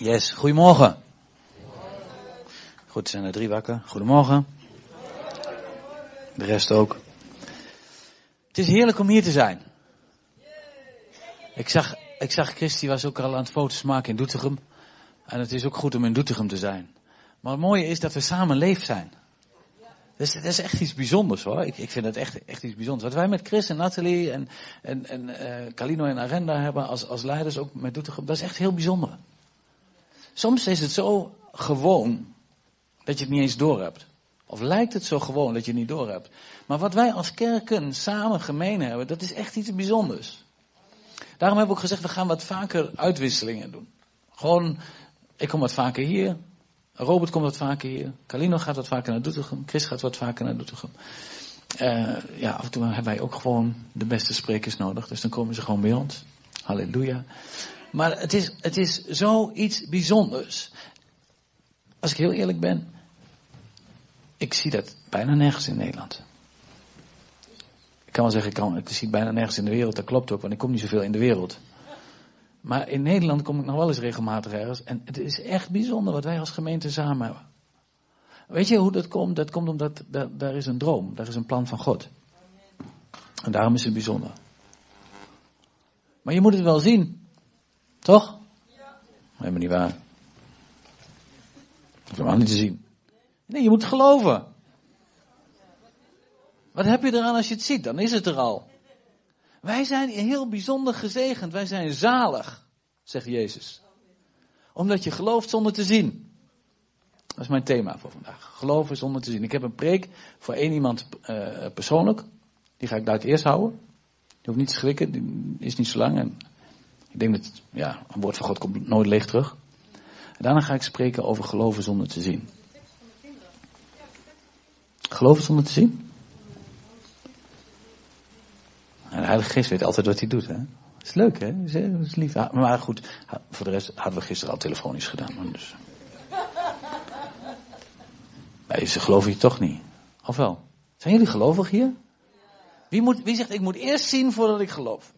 Yes, goedemorgen. Goed, zijn er 3 wakker. Goedemorgen. De rest ook. Het is heerlijk om hier te zijn. Ik zag Christy was ook al aan het foto's maken in Doetinchem. En het is ook goed om in Doetinchem te zijn. Maar het mooie is dat we samen leef zijn. Dat is echt iets bijzonders hoor. Ik vind het echt iets bijzonders. Wat wij met Chris en Nathalie en Calino en Arenda hebben als leiders ook met Doetinchem. Dat is echt heel bijzonder. Soms is het zo gewoon dat je het niet eens doorhebt. Of lijkt het zo gewoon dat je het niet doorhebt. Maar wat wij als kerken samen gemeen hebben, dat is echt iets bijzonders. Daarom hebben we ook gezegd, we gaan wat vaker uitwisselingen doen. Gewoon, ik kom wat vaker hier. Robert komt wat vaker hier. Calino gaat wat vaker naar Doetinchem. Chris gaat wat vaker naar Doetinchem. Af en toe hebben wij ook gewoon de beste sprekers nodig. Dus dan komen ze gewoon bij ons. Halleluja. Maar het is zoiets bijzonders. Als ik heel eerlijk ben. Ik zie dat bijna nergens in Nederland. Ik kan wel zeggen, ik zie het bijna nergens in de wereld. Dat klopt ook, want ik kom niet zoveel in de wereld. Maar in Nederland kom ik nog wel eens regelmatig ergens. En het is echt bijzonder wat wij als gemeente samen hebben. Weet je hoe dat komt? Dat komt omdat daar is een droom. Daar is een plan van God. En daarom is het bijzonder. Maar je moet het wel zien. Toch? Ja. Helemaal niet waar. Dat is helemaal niet te zien. Nee, je moet het geloven. Wat heb je eraan als je het ziet? Dan is het er al. Wij zijn heel bijzonder gezegend. Wij zijn zalig, zegt Jezus. Omdat je gelooft zonder te zien. Dat is mijn thema voor vandaag. Geloven zonder te zien. Ik heb een preek voor 1 iemand persoonlijk. Die ga ik daar eerst houden. Je hoeft niet te schrikken. Die is niet zo lang. En ik denk dat, een woord van God komt nooit leeg terug. En daarna ga ik spreken over geloven zonder te zien. Geloven zonder te zien? En de Heilige Geest weet altijd wat hij doet, hè. Dat is leuk, hè. Dat is lief. Maar goed, voor de rest hadden we gisteren al telefonisch gedaan. Dus. Nee, ze geloven je toch niet. Of wel? Zijn jullie gelovig hier? Wie zegt, ik moet eerst zien voordat ik geloof?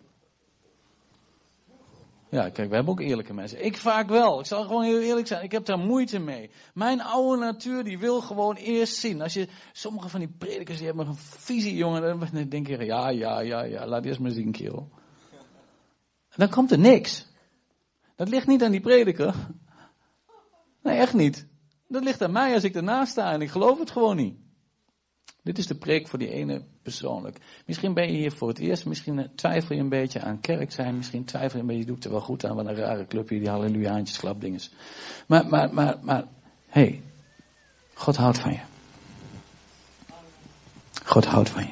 Ja, kijk, we hebben ook eerlijke mensen. Ik vaak wel. Ik zal gewoon heel eerlijk zijn. Ik heb daar moeite mee. Mijn oude natuur, die wil gewoon eerst zien. Als je, sommige van die predikers, die hebben een visie, jongen. Dan denk je, ja, laat eerst maar zien, kerel. Dan komt er niks. Dat ligt niet aan die prediker. Nee, echt niet. Dat ligt aan mij als ik ernaast sta en ik geloof het gewoon niet. Dit is de preek voor die ene persoonlijk. Misschien ben je hier voor het eerst. Misschien twijfel je een beetje aan kerk zijn. Misschien twijfel je een beetje, doe ik er wel goed aan. Wat een rare clubje, die hallelujaantjes, klapdinges. Maar, hey, God houdt van je. God houdt van je.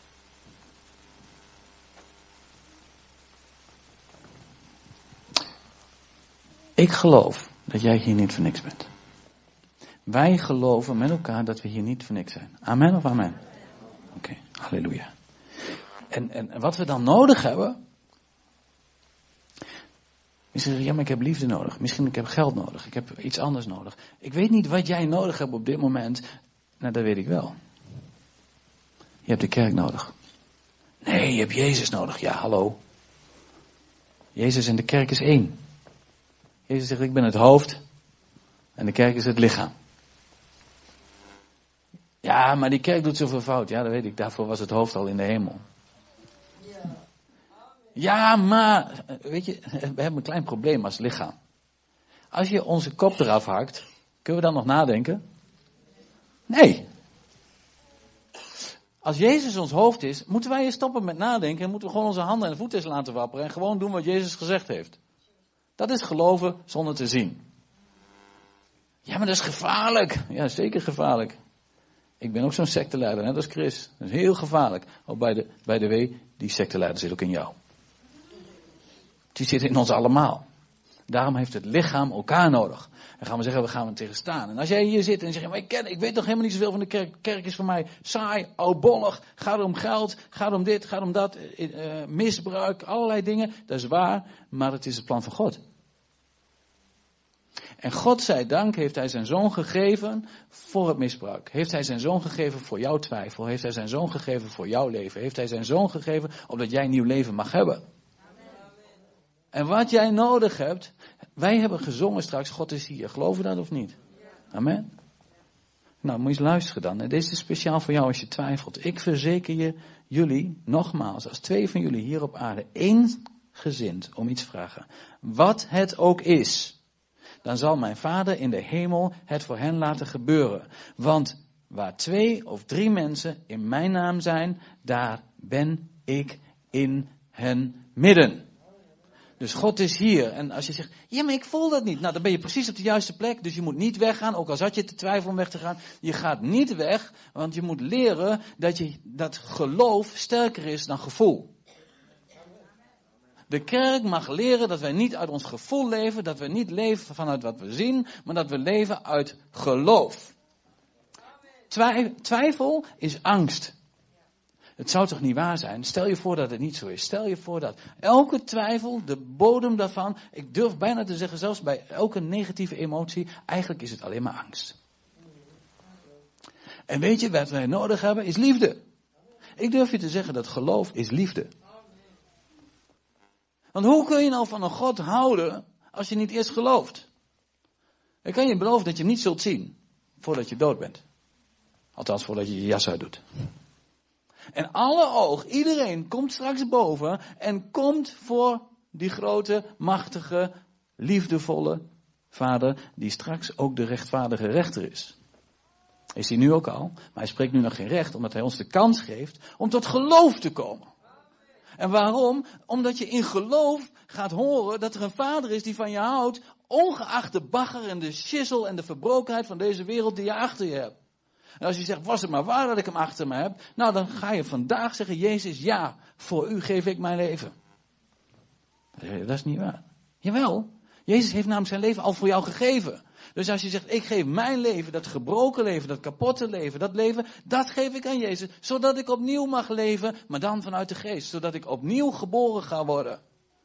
Ik geloof dat jij hier niet voor niks bent. Wij geloven met elkaar dat we hier niet voor niks zijn. Amen of amen? Oké, halleluja. En wat we dan nodig hebben. Misschien zeg je, maar ik heb liefde nodig. Misschien ik heb geld nodig. Ik heb iets anders nodig. Ik weet niet wat jij nodig hebt op dit moment. Nou, dat weet ik wel. Je hebt de kerk nodig. Nee, je hebt Jezus nodig. Ja, hallo. Jezus en de kerk is 1. Jezus zegt, ik ben het hoofd. En de kerk is het lichaam. Ja, maar die kerk doet zoveel fout. Ja, dat weet ik. Daarvoor was het hoofd al in de hemel. Ja, maar, weet je, we hebben een klein probleem als lichaam. Als je onze kop eraf hakt, kunnen we dan nog nadenken? Nee. Als Jezus ons hoofd is, moeten wij eens stoppen met nadenken en moeten we gewoon onze handen en voeten laten wapperen en gewoon doen wat Jezus gezegd heeft. Dat is geloven zonder te zien. Ja, maar dat is gevaarlijk. Ja, zeker gevaarlijk. Ik ben ook zo'n secteleider, net als Chris. Dat is heel gevaarlijk. Ook bij de W, die secteleider zit ook in jou. Die zit in ons allemaal. Daarom heeft het lichaam elkaar nodig. En gaan we zeggen, we gaan er tegen staan. En als jij hier zit en zegt, maar ik weet toch helemaal niet zoveel van de kerk. Kerk is voor mij saai, oudbollig. Gaat om geld, gaat om dit, gaat om dat. Misbruik, allerlei dingen. Dat is waar, maar het is het plan van God. En God zij dank heeft hij zijn zoon gegeven voor het misbruik. Heeft hij zijn zoon gegeven voor jouw twijfel. Heeft hij zijn zoon gegeven voor jouw leven. Heeft hij zijn zoon gegeven opdat jij een nieuw leven mag hebben. En wat jij nodig hebt, wij hebben gezongen straks, God is hier. Geloof je dat of niet? Amen. Nou, moet je eens luisteren dan. En deze is speciaal voor jou als je twijfelt. Ik verzeker jullie, nogmaals, als 2 van jullie hier op aarde eensgezind om iets vragen, wat het ook is, dan zal mijn Vader in de hemel het voor hen laten gebeuren. Want waar 2 of 3 mensen in mijn naam zijn, daar ben ik in hen midden. Dus God is hier. En als je zegt, ja, maar ik voel dat niet. Nou, dan ben je precies op de juiste plek. Dus je moet niet weggaan, ook al zat je te twijfelen om weg te gaan. Je gaat niet weg, want je moet leren dat geloof sterker is dan gevoel. De kerk mag leren dat wij niet uit ons gevoel leven, dat we niet leven vanuit wat we zien, maar dat we leven uit geloof. Twijfel is angst. Het zou toch niet waar zijn? Stel je voor dat het niet zo is. Stel je voor dat elke twijfel, de bodem daarvan, ik durf bijna te zeggen, zelfs bij elke negatieve emotie, eigenlijk is het alleen maar angst. En weet je, wat wij nodig hebben, is liefde. Ik durf je te zeggen dat geloof is liefde. Want hoe kun je nou van een God houden als je niet eerst gelooft? Ik kan je beloven dat je hem niet zult zien voordat je dood bent. Althans, voordat je je jas uitdoet. En alle oog, iedereen komt straks boven en komt voor die grote, machtige, liefdevolle Vader, die straks ook de rechtvaardige rechter is. Is hij nu ook al, maar hij spreekt nu nog geen recht, omdat hij ons de kans geeft om tot geloof te komen. En waarom? Omdat je in geloof gaat horen dat er een Vader is die van je houdt, ongeacht de bagger en de schissel en de verbrokenheid van deze wereld die je achter je hebt. En als je zegt, was het maar waar dat ik hem achter me heb, nou dan ga je vandaag zeggen, Jezus, ja, voor u geef ik mijn leven. Dat is niet waar. Jawel, Jezus heeft namelijk zijn leven al voor jou gegeven. Dus als je zegt, ik geef mijn leven, dat gebroken leven, dat kapotte leven, dat geef ik aan Jezus. Zodat ik opnieuw mag leven, maar dan vanuit de geest. Zodat ik opnieuw geboren ga worden.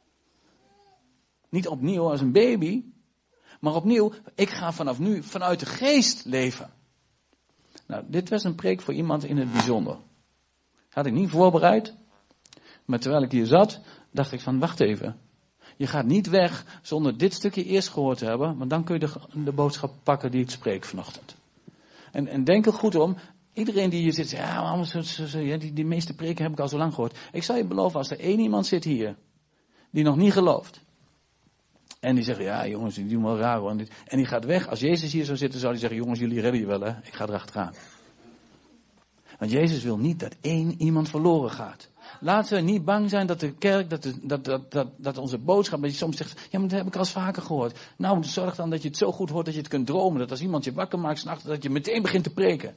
Niet opnieuw als een baby, maar opnieuw, ik ga vanaf nu vanuit de geest leven. Nou, dit was een preek voor iemand in het bijzonder. Had ik niet voorbereid, maar terwijl ik hier zat, dacht ik van, wacht even. Je gaat niet weg zonder dit stukje eerst gehoord te hebben, want dan kun je de boodschap pakken die ik spreek vanochtend. En denk er goed om, iedereen die hier zit, ja, die meeste preken heb ik al zo lang gehoord. Ik zal je beloven, als er 1 iemand zit hier, die nog niet gelooft. En die zegt, ja jongens, die doen wel raar hoor. En die gaat weg. Als Jezus hier zou zitten, zou hij zeggen, jongens, jullie redden je wel hè. Ik ga erachteraan. Want Jezus wil niet dat 1 iemand verloren gaat. Laten we niet bang zijn dat de kerk, dat onze boodschap, dat je soms zegt, ja maar dat heb ik al eens vaker gehoord. Nou, zorg dan dat je het zo goed hoort dat je het kunt dromen. Dat als iemand je wakker maakt 's nachts, dat je meteen begint te preken.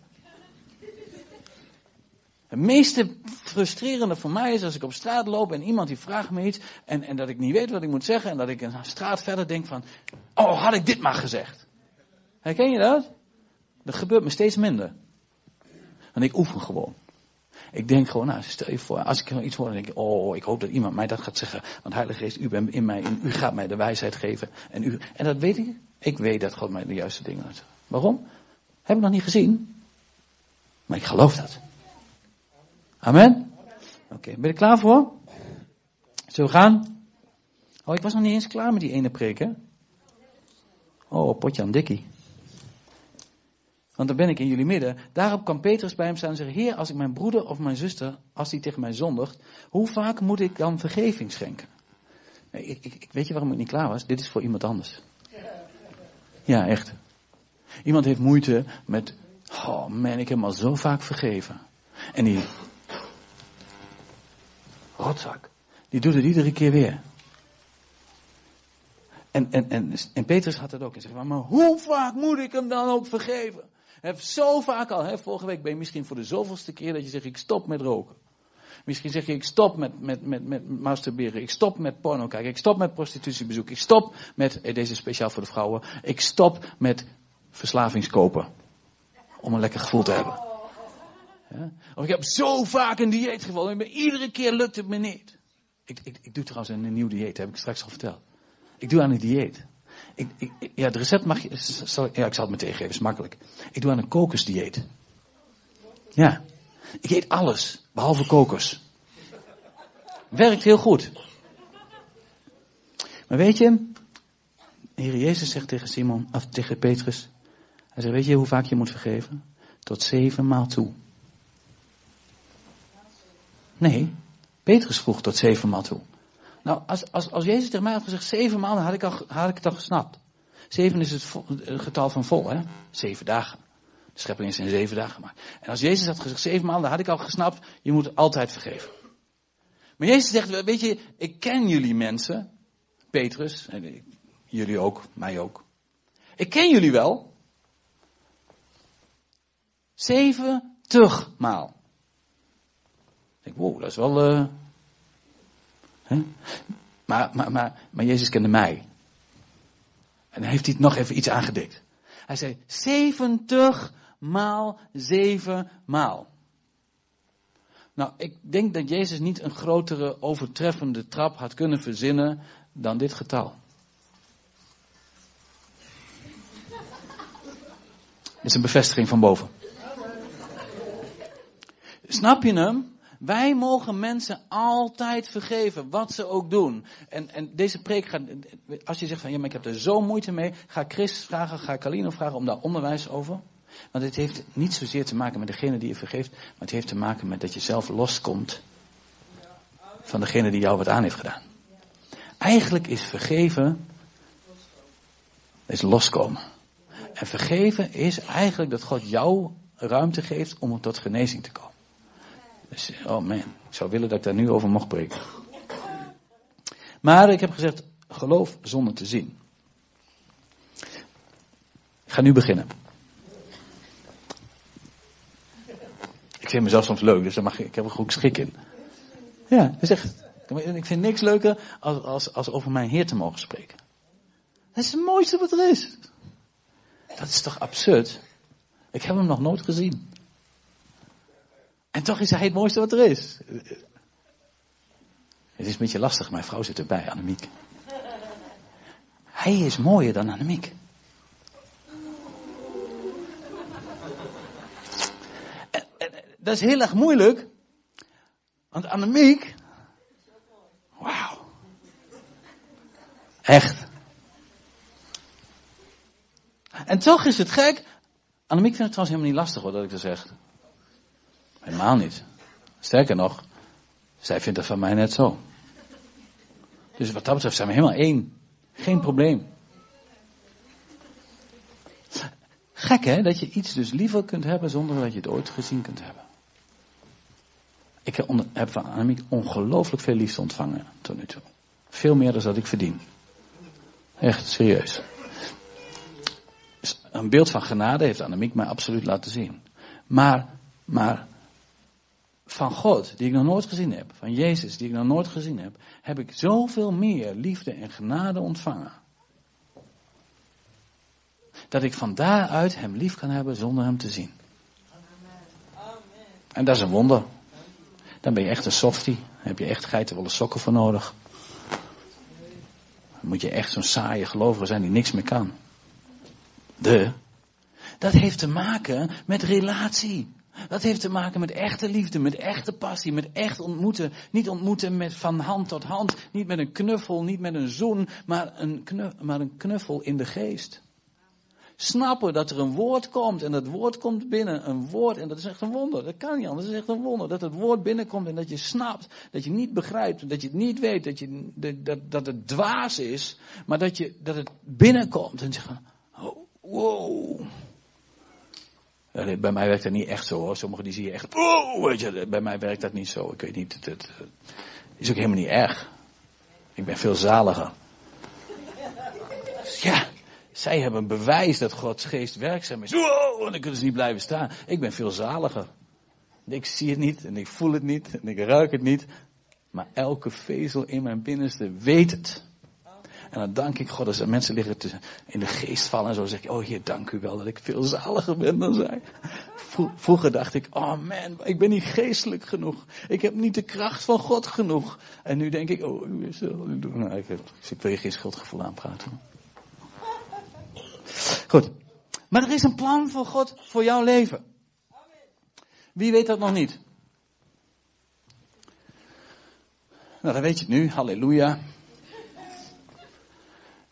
Het meeste frustrerende voor mij is als ik op straat loop en iemand die vraagt me iets en dat ik niet weet wat ik moet zeggen en dat ik een straat verder denk van, oh had ik dit maar gezegd. Herken je dat? Dat gebeurt me steeds minder. Want ik oefen gewoon. Ik denk gewoon, nou stel je voor, als ik iets hoor dan denk ik, oh ik hoop dat iemand mij dat gaat zeggen. Want Heilige Geest, u bent in mij en u gaat mij de wijsheid geven. En dat weet ik. Ik weet dat God mij de juiste dingen laat zeggen. Waarom? Heb ik nog niet gezien. Maar ik geloof dat. Amen? Oké, ben je er klaar voor? Zullen we gaan? Oh, ik was nog niet eens klaar met die ene preek, hè? Oh, potje aan dikkie. Want dan ben ik in jullie midden. Daarop kwam Petrus bij hem staan en zeggen, Heer, als ik mijn broeder of mijn zuster, als die tegen mij zondigt, hoe vaak moet ik dan vergeving schenken? Nee, weet je waarom ik niet klaar was? Dit is voor iemand anders. Ja, echt. Iemand heeft moeite met, oh man, ik heb hem al zo vaak vergeven. En die rotzak, die doet het iedere keer weer. En Petrus had het ook. En zegt, maar hoe vaak moet ik hem dan ook vergeven? Heb zo vaak al, vorige week ben je misschien voor de zoveelste keer dat je zegt, ik stop met roken. Misschien zeg je, ik stop met masturberen. Ik stop met porno kijken. Ik stop met prostitutiebezoek. Ik stop met, deze is speciaal voor de vrouwen. Ik stop met verslavingskopen. Om een lekker gevoel te hebben. Ja? Of ik heb zo vaak een dieet gevolgd. Maar iedere keer lukt het me niet. Ik doe trouwens een nieuw dieet. Dat heb ik straks al verteld. Ik doe aan een dieet. Het recept mag je, ik zal het meteen geven, is makkelijk. Ik doe aan een kokosdieet. Ja. Ik eet alles, behalve kokos. Werkt heel goed. Maar weet je, de Heer Jezus zegt tegen Petrus. Hij zegt, weet je hoe vaak je moet vergeven? Tot 7 maal toe. Nee, Petrus vroeg tot 7 maal toe. Nou, als Jezus tegen mij had gezegd 7 maal, dan had ik het al gesnapt. 7 is het getal van vol, hè? 7 dagen. De schepping is in 7 dagen gemaakt. En als Jezus had gezegd 7 maal, dan had ik al gesnapt, je moet altijd vergeven. Maar Jezus zegt, weet je, ik ken jullie mensen, Petrus, en jullie ook, mij ook. Ik ken jullie wel. 70 maal. Ik denk, wow, dat is wel... Hè? Maar Jezus kende mij. En dan heeft hij nog even iets aangedikt. Hij zei, 70 maal 7 maal. Nou, ik denk dat Jezus niet een grotere, overtreffende trap had kunnen verzinnen dan dit getal. Dit is een bevestiging van boven. Snap je hem? Wij mogen mensen altijd vergeven, wat ze ook doen. En deze preek gaat, als je zegt van, ja, maar ik heb er zo moeite mee, ga ik Chris vragen, ga ik Kalino vragen om daar onderwijs over. Want het heeft niet zozeer te maken met degene die je vergeeft, maar het heeft te maken met dat je zelf loskomt van degene die jou wat aan heeft gedaan. Eigenlijk is vergeven, is loskomen. En vergeven is eigenlijk dat God jou ruimte geeft om tot genezing te komen. Dus, oh man, ik zou willen dat ik daar nu over mocht preken. Maar ik heb gezegd, geloof zonder te zien. Ik ga nu beginnen. Ik vind mezelf soms leuk, dus ik heb er goed schik in. Ja, dat is echt, ik vind niks leuker als over mijn Heer te mogen spreken. Dat is het mooiste wat er is. Dat is toch absurd? Ik heb hem nog nooit gezien. En toch is hij het mooiste wat er is. Het is een beetje lastig, mijn vrouw zit erbij, Annemiek. Hij is mooier dan Annemiek. En dat is heel erg moeilijk. Want Annemiek... Wauw. Echt. En toch is het gek. Annemiek vindt het trouwens helemaal niet lastig hoor, dat ik dat zeg. Helemaal niet. Sterker nog, zij vindt het van mij net zo. Dus wat dat betreft zijn we helemaal één. Geen probleem. Gek hè, dat je iets dus liever kunt hebben zonder dat je het ooit gezien kunt hebben. Ik heb van Annemiek ongelooflijk veel liefde ontvangen tot nu toe. Veel meer dan dat ik verdien. Echt, serieus. Dus een beeld van genade heeft Annemiek mij absoluut laten zien. Maar van God, die ik nog nooit gezien heb, van Jezus, die ik nog nooit gezien heb, heb ik zoveel meer liefde en genade ontvangen. Dat ik van daaruit hem lief kan hebben zonder hem te zien. En dat is een wonder. Dan ben je echt een softie. Dan heb je echt geitenwolle sokken voor nodig. Dan moet je echt zo'n saaie gelovige zijn die niks meer kan. Dat heeft te maken met relatie. Dat heeft te maken met echte liefde, met echte passie, met echt ontmoeten. Niet ontmoeten met van hand tot hand, niet met een knuffel, niet met een zoen, maar een knuffel in de geest. Snappen dat er een woord komt en dat woord komt binnen, een woord en dat is echt een wonder. Dat kan niet anders, dat is echt een wonder. Dat het woord binnenkomt en dat je snapt, dat je niet begrijpt, dat je het niet weet, dat het dwaas is, maar dat het binnenkomt en zeggen, oh, wow. Bij mij werkt dat niet echt zo hoor. Sommigen die zie je echt, oh, weet je, bij mij werkt dat niet zo. Ik weet niet, het is ook helemaal niet erg. Ik ben veel zaliger. Dus ja, zij hebben bewijs dat Gods geest werkzaam is. Wow, en dan kunnen ze niet blijven staan. Ik ben veel zaliger. Ik zie het niet en ik voel het niet en ik ruik het niet. Maar elke vezel in mijn binnenste weet het. En dan dank ik God als er mensen liggen in de geest vallen en zo zeg ik, oh Heer, dank u wel dat ik veel zaliger ben dan zij. Vroeger dacht ik, oh man, ik ben niet geestelijk genoeg. Ik heb niet de kracht van God genoeg. En nu denk ik, oh, u is nou, ik wil je geen schuldgevoel aanpraten. Goed. Maar er is een plan van God voor jouw leven. Wie weet dat nog niet? Nou, dan weet je het nu. Halleluja.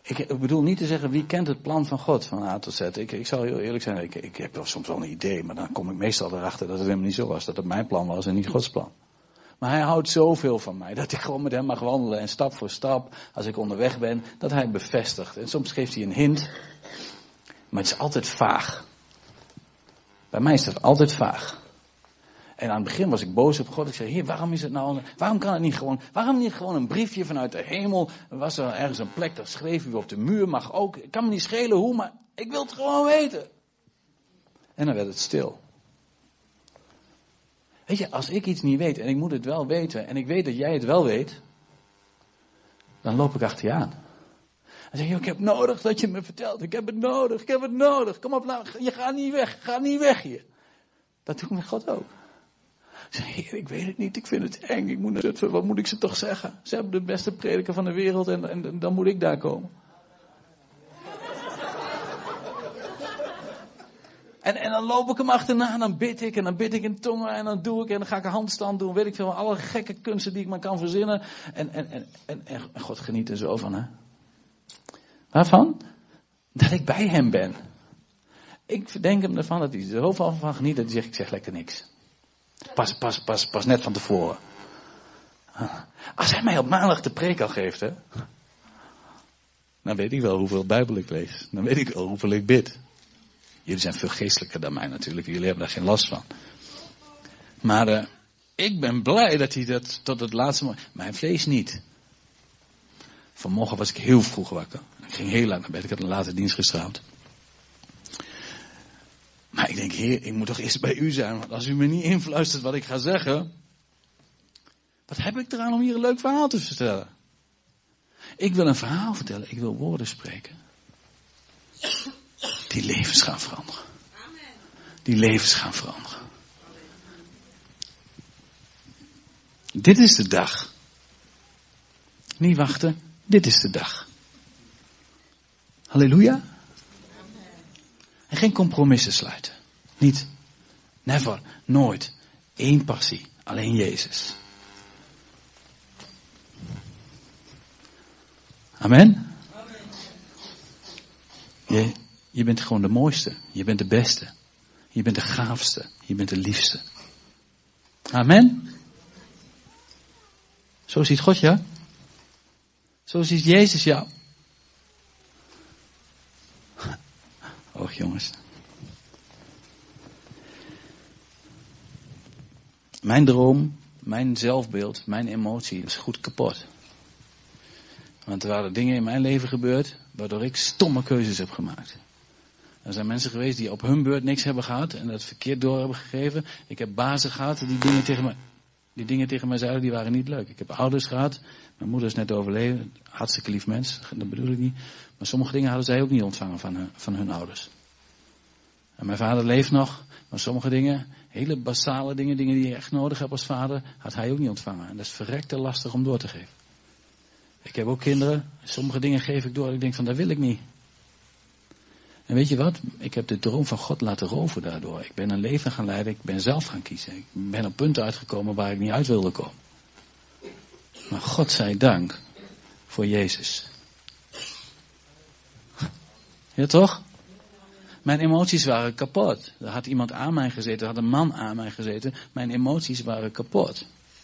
Ik bedoel niet te zeggen, wie kent het plan van God van A tot Z. Ik zal heel eerlijk zijn, ik heb wel soms wel een idee, maar dan kom ik meestal erachter dat het helemaal niet zo was. Dat het mijn plan was en niet Gods plan. Maar hij houdt zoveel van mij, dat ik gewoon met hem mag wandelen. En stap voor stap, als ik onderweg ben, dat hij bevestigt. En soms geeft hij een hint, maar het is altijd vaag. Bij mij is dat altijd vaag. En aan het begin was ik boos op God. Ik zei, Heer, waarom is het nou, waarom niet gewoon een briefje vanuit de hemel? Er was er ergens een plek, daar schreef u op de muur, mag ook. Ik kan me niet schelen hoe, maar ik wil het gewoon weten. En dan werd het stil. Weet je, als ik iets niet weet en ik moet het wel weten en ik weet dat jij het wel weet, dan loop ik achter je aan. Dan zeg je, ik heb nodig dat je het me vertelt. Ik heb het nodig. Kom op, nou, je gaat niet weg hier. Dat doe ik met God ook. Ik zeg, Heer, ik weet het niet, ik vind het eng, wat moet ik ze toch zeggen? Ze hebben de beste prediker van de wereld en dan moet ik daar komen. En dan loop ik hem achterna en dan bid ik in tongen en dan doe ik en dan ga ik een handstand doen, weet ik veel, alle gekke kunsten die ik maar kan verzinnen. En God geniet er zo van, hè. Waarvan? Dat ik bij hem ben. Ik verdenk hem ervan dat hij er zoveel van geniet dat hij zegt, ik zeg lekker niks. Pas net van tevoren. Als hij mij op maandag de preek al geeft, hè, dan weet ik wel hoeveel Bijbel ik lees. Dan weet ik wel hoeveel ik bid. Jullie zijn veel geestelijker dan mij natuurlijk. Jullie hebben daar geen last van. Maar ik ben blij dat hij dat tot het laatste moment... Mijn vlees niet. Vanmorgen was ik heel vroeg wakker. Ik ging heel laat naar bed. Ik had een late dienst gisteravond. Maar ik denk, Heer, ik moet toch eerst bij u zijn. Want als u me niet influistert wat ik ga zeggen... Wat heb ik eraan om hier een leuk verhaal te vertellen? Ik wil een verhaal vertellen. Ik wil woorden spreken. Die levens gaan veranderen. Die levens gaan veranderen. Dit is de dag. Niet wachten. Dit is de dag. Halleluja. En geen compromissen sluiten. Niet. Never. Nooit. Eén passie. Alleen Jezus. Amen. Je bent gewoon de mooiste. Je bent de beste. Je bent de gaafste. Je bent de liefste. Amen. Zo ziet God jou. Zo ziet Jezus jou. Och jongens. Mijn droom, mijn zelfbeeld, mijn emotie is goed kapot. Want er waren dingen in mijn leven gebeurd, waardoor ik stomme keuzes heb gemaakt. Er zijn mensen geweest die op hun beurt niks hebben gehad en dat verkeerd door hebben gegeven. Ik heb bazen gehad die dingen tegen mij zeiden, die waren niet leuk. Ik heb ouders gehad, mijn moeder is net overleden, hartstikke lief mens, dat bedoel ik niet. Maar sommige dingen hadden zij ook niet ontvangen van hun ouders. En mijn vader leeft nog, maar sommige dingen, hele basale dingen die je echt nodig hebt als vader, had hij ook niet ontvangen. En dat is verrekte lastig om door te geven. Ik heb ook kinderen, sommige dingen geef ik door en ik denk van, dat wil ik niet. En weet je wat? Ik heb de droom van God laten roven daardoor. Ik ben een leven gaan leiden, ik ben zelf gaan kiezen. Ik ben op punten uitgekomen waar ik niet uit wilde komen. Maar God zij dank voor Jezus. Ja toch? Mijn emoties waren kapot. Er had iemand aan mij gezeten, er had een man aan mij gezeten. Mijn emoties waren kapot.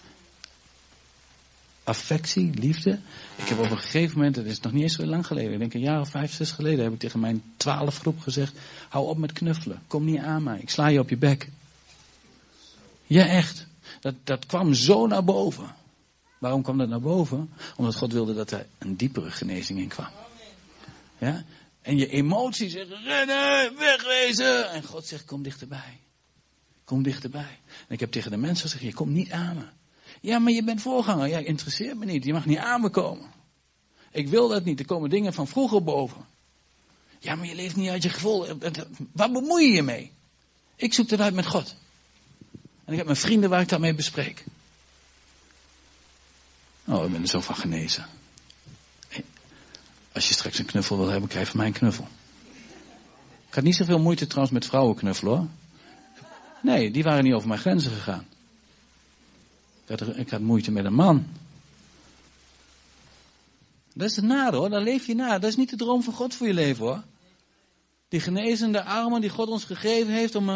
Affectie, liefde. Ik heb op een gegeven moment, het is nog niet eens zo lang geleden, ik denk een jaar of 5, 6 geleden, heb ik tegen mijn 12 groep gezegd, hou op met knuffelen, kom niet aan mij, ik sla je op je bek. Ja echt, dat kwam zo naar boven. Waarom kwam dat naar boven? Omdat God wilde dat er een diepere genezing in kwam. Ja? En je emoties zeggen, rennen, wegwezen. En God zegt, kom dichterbij. Kom dichterbij. En ik heb tegen de mensen gezegd, je komt niet aan me. Ja, maar je bent voorganger. Ja, interesseert me niet. Je mag niet aan me komen. Ik wil dat niet. Er komen dingen van vroeger boven. Ja, maar je leeft niet uit je gevoel. Waar bemoei je je mee? Ik zoek het uit met God. En ik heb mijn vrienden waar ik daarmee bespreek. Oh, ik ben er zo van genezen. Als je straks een knuffel wil hebben, krijg je van mij een knuffel. Ik had niet zoveel moeite trouwens met vrouwen knuffelen hoor. Nee, die waren niet over mijn grenzen gegaan. Ik had moeite met een man. Dat is het nare hoor, daar leef je na. Dat is niet de droom van God voor je leven hoor. Die genezende armen die God ons gegeven heeft om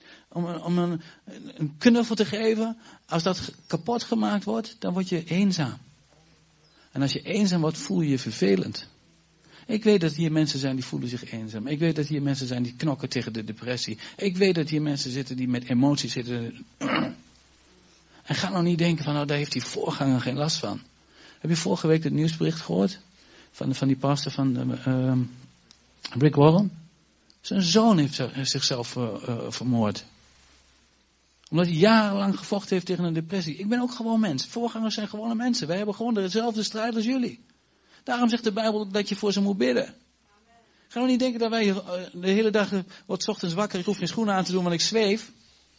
een knuffel te geven. Als dat kapot gemaakt wordt, dan word je eenzaam. En als je eenzaam wordt, voel je je vervelend. Ik weet dat hier mensen zijn die voelen zich eenzaam. Ik weet dat hier mensen zijn die knokken tegen de depressie. Ik weet dat hier mensen zitten die met emoties zitten. En ga nou niet denken van, nou daar heeft die voorganger geen last van. Heb je vorige week het nieuwsbericht gehoord? Van die pastor van Rick Warren? Zijn zoon heeft zichzelf vermoord. Omdat hij jarenlang gevochten heeft tegen een depressie. Ik ben ook gewoon mens. Voorgangers zijn gewone mensen. Wij hebben gewoon dezelfde strijd als jullie. Daarom zegt de Bijbel dat je voor ze moet bidden. Ga nou niet denken dat wij de hele dag wordt 's ochtends wakker. Ik hoef geen schoenen aan te doen, want ik zweef.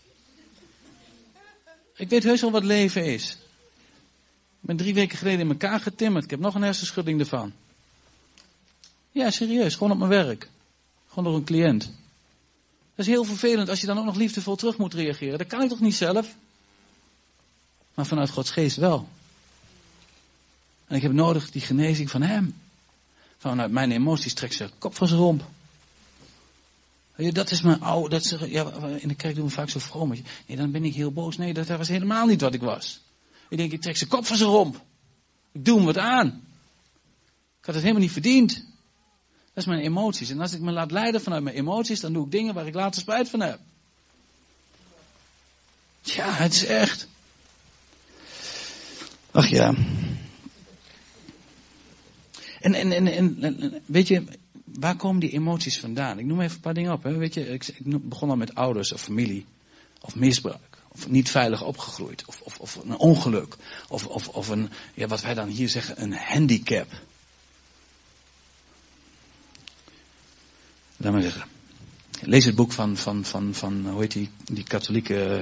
Ik weet heus wel wat leven is. Ik ben 3 weken geleden in elkaar getimmerd. Ik heb nog een hersenschudding ervan. Ja, serieus. Gewoon op mijn werk. Gewoon door een cliënt. Dat is heel vervelend als je dan ook nog liefdevol terug moet reageren. Dat kan ik toch niet zelf? Maar vanuit Gods geest wel. En ik heb nodig die genezing van hem. Vanuit mijn emoties trekt ze kop van zijn romp. Dat is mijn oude. In de kerk doen we vaak zo vroom. Nee, dan ben ik heel boos. Nee, dat was helemaal niet wat ik was. Ik denk, ik trek zijn kop van zijn romp. Ik doe hem wat aan. Ik had het helemaal niet verdiend. Dat is mijn emoties. En als ik me laat leiden vanuit mijn emoties, dan doe ik dingen waar ik later spijt van heb. Ja, het is echt. Ach ja. En weet je, waar komen die emoties vandaan? Ik noem even een paar dingen op. Hè. Weet je, ik begon al met ouders of familie. Of misbruik. Of niet veilig opgegroeid. Of een ongeluk. Of een, ja, wat wij dan hier zeggen, een handicap. Laat maar zeggen. Lees het boek van hoe heet die katholieke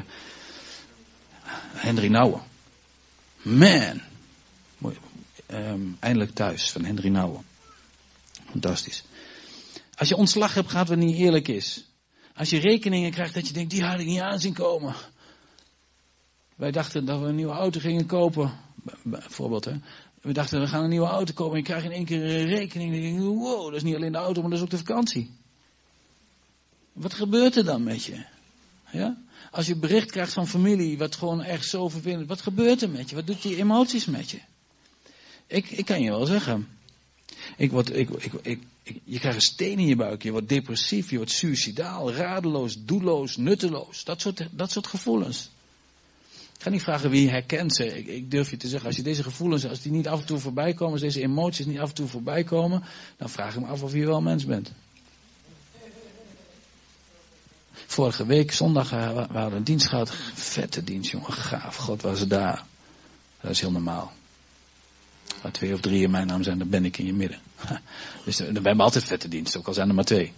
Henry Nouwen. Man. Mooi. Eindelijk thuis van Henry Nouwen. Fantastisch. Als je ontslag hebt gehad wat niet eerlijk is. Als je rekeningen krijgt dat je denkt, die had ik niet aanzien komen. Wij dachten dat we een nieuwe auto gingen kopen. Bijvoorbeeld hè. We dachten we gaan een nieuwe auto kopen en je krijgt in één keer een rekening. En dan denk je, wow, dat is niet alleen de auto, maar dat is ook de vakantie. Wat gebeurt er dan met je? Ja? Als je bericht krijgt van familie wat gewoon echt zo vervelend. Wat gebeurt er met je? Wat doet die emoties met je? Ik kan je wel zeggen. Je krijgt een steen in je buik. Je wordt depressief. Je wordt suïcidaal. Radeloos. Doelloos. Nutteloos. Dat soort gevoelens. Ik ga niet vragen wie je herkent ze. Ik durf je te zeggen. Als je deze gevoelens. Als die niet af en toe voorbij komen. Als deze emoties niet af en toe voorbij komen. Dan vraag ik me af of je wel mens bent. Vorige week zondag. We hadden een dienst gehad. Vette dienst jongen. Gaaf. God was er daar. Dat is heel normaal. Waar 2 of 3 in mijn naam zijn, dan ben ik in je midden. Dus we hebben altijd vette diensten, ook al zijn er maar 2.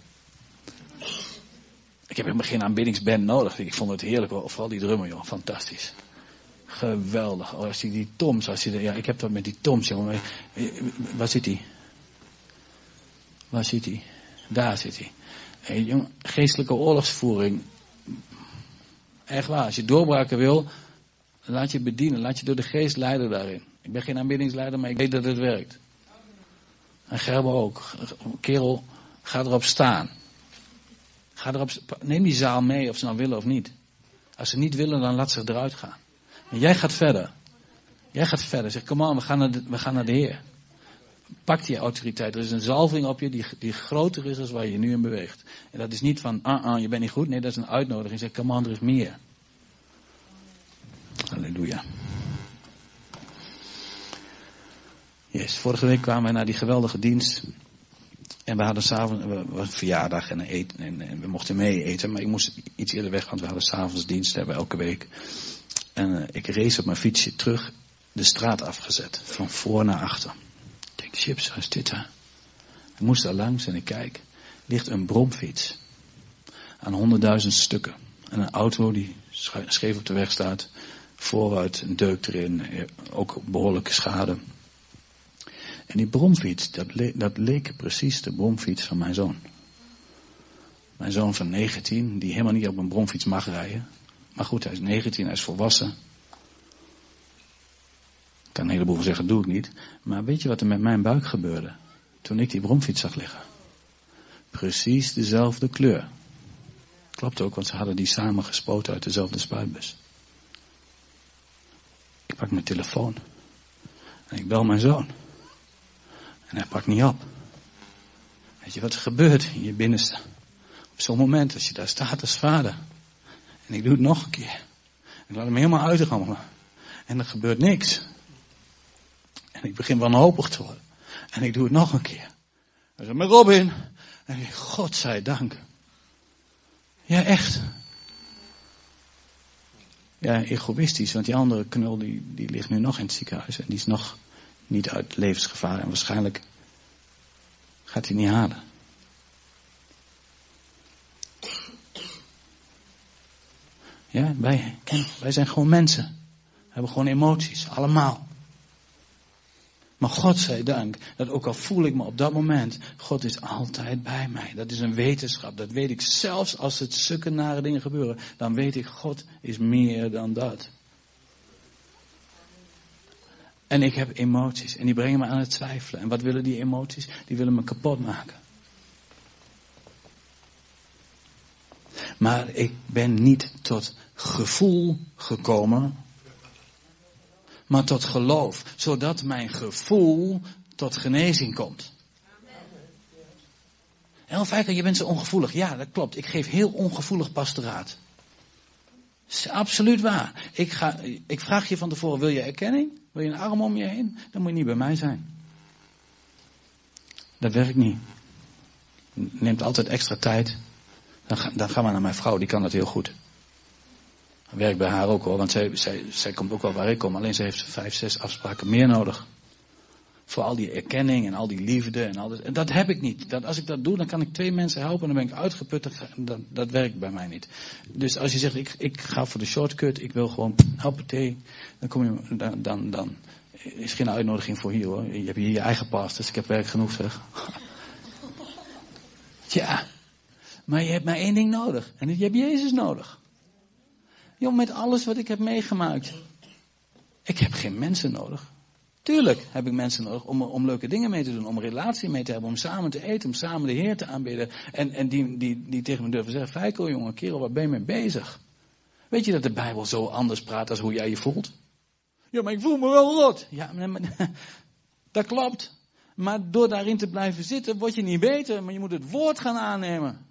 Ik heb helemaal geen aanbiddingsband nodig. Ik vond het heerlijk, vooral die drummer, joh. Fantastisch. Geweldig. Oh, als die toms, ja, ik heb dat met die toms, jongen. Waar zit hij? Waar zit hij? Daar zit hij. Hey, jongen, geestelijke oorlogsvoering. Echt waar, als je doorbraken wil, laat je bedienen. Laat je door de geest leiden daarin. Ik ben geen aanbiddingsleider, maar ik weet dat het werkt. En Gerber ook. Kerel, ga erop staan. Neem die zaal mee of ze nou willen of niet. Als ze niet willen, dan laat ze eruit gaan. En jij gaat verder. Zeg, come on, we gaan naar de Heer. Pak die autoriteit. Er is een zalving op je die groter is dan waar je nu in beweegt. En dat is niet van, je bent niet goed. Nee, dat is een uitnodiging. Zeg, come on, er is meer. Halleluja. Yes, vorige week kwamen we naar die geweldige dienst. En we hadden s'avonds, een verjaardag en we mochten mee eten. Maar ik moest iets eerder weg, want we hadden s'avonds dienst, hebben we elke week. En ik race op mijn fietsje terug de straat afgezet. Van voor naar achter. Ik denk, chips, wat is dit hè? Ik moest daar langs en ik kijk. Ligt een bromfiets. Aan 100.000 stukken. En een auto die scheef op de weg staat. Vooruit een deuk erin. Ook behoorlijke schade. En die bromfiets, dat leek precies de bromfiets van mijn zoon. Mijn zoon van 19, die helemaal niet op een bromfiets mag rijden. Maar goed, hij is 19, hij is volwassen. Ik kan een heleboel zeggen, doe ik niet. Maar weet je wat er met mijn buik gebeurde? Toen ik die bromfiets zag liggen. Precies dezelfde kleur. Klopt ook, want ze hadden die samen gespoten uit dezelfde spuitbus. Ik pak mijn telefoon. En ik bel mijn zoon. En hij pakt niet op. Weet je wat er gebeurt in je binnenste? Op zo'n moment, als je daar staat als vader. En ik doe het nog een keer. Ik laat hem helemaal uitrammelen. En er gebeurt niks. En ik begin wanhopig te worden. En ik doe het nog een keer. Hij zegt, maar Robin. En ik zeg, God zij dank. Ja, echt. Ja, egoïstisch, want die andere knul die ligt nu nog in het ziekenhuis. En die is nog niet uit levensgevaar. En waarschijnlijk gaat hij niet halen. Ja, wij zijn gewoon mensen. We hebben gewoon emoties, allemaal. Maar God zij dank, dat ook al voel ik me op dat moment, God is altijd bij mij. Dat is een wetenschap, dat weet ik zelfs als het zulke nare dingen gebeuren. Dan weet ik, God is meer dan dat. En ik heb emoties en die brengen me aan het twijfelen. En wat willen die emoties? Die willen me kapot maken. Maar ik ben niet tot gevoel gekomen, maar tot geloof. Zodat mijn gevoel tot genezing komt. Elfijker, je bent zo ongevoelig. Ja, dat klopt. Ik geef heel ongevoelig pastoraat. Dat is absoluut waar. Ik vraag je van tevoren, wil je erkenning? Wil je een arm om je heen? Dan moet je niet bij mij zijn. Dat werkt niet. Neemt altijd extra tijd. Dan gaan we naar mijn vrouw, die kan dat heel goed. Dat werkt bij haar ook hoor, want zij komt ook wel waar ik kom. Alleen ze heeft 5, 6 afspraken meer nodig. Voor al die erkenning en al die liefde en al dat. En dat heb ik niet. Als ik dat doe, dan kan ik 2 mensen helpen en dan ben ik uitgeput. Dat werkt bij mij niet. Dus als je zegt, ik ga voor de shortcut, ik wil gewoon hoppatee. Dan kom je, dan is geen uitnodiging voor hier hoor. Je hebt hier je eigen pas, dus ik heb werk genoeg zeg. Ja, maar je hebt maar 1 ding nodig. En je hebt Jezus nodig. Joh, met alles wat ik heb meegemaakt. Ik heb geen mensen nodig. Tuurlijk heb ik mensen nodig om leuke dingen mee te doen. Om een relatie mee te hebben. Om samen te eten. Om samen de Heer te aanbidden. En die tegen me durven zeggen. Feiko jongen, kerel, waar ben je mee bezig? Weet je dat de Bijbel zo anders praat als hoe jij je voelt? Ja, maar ik voel me wel rot. Ja, maar, dat klopt. Maar door daarin te blijven zitten word je niet beter. Maar je moet het woord gaan aannemen.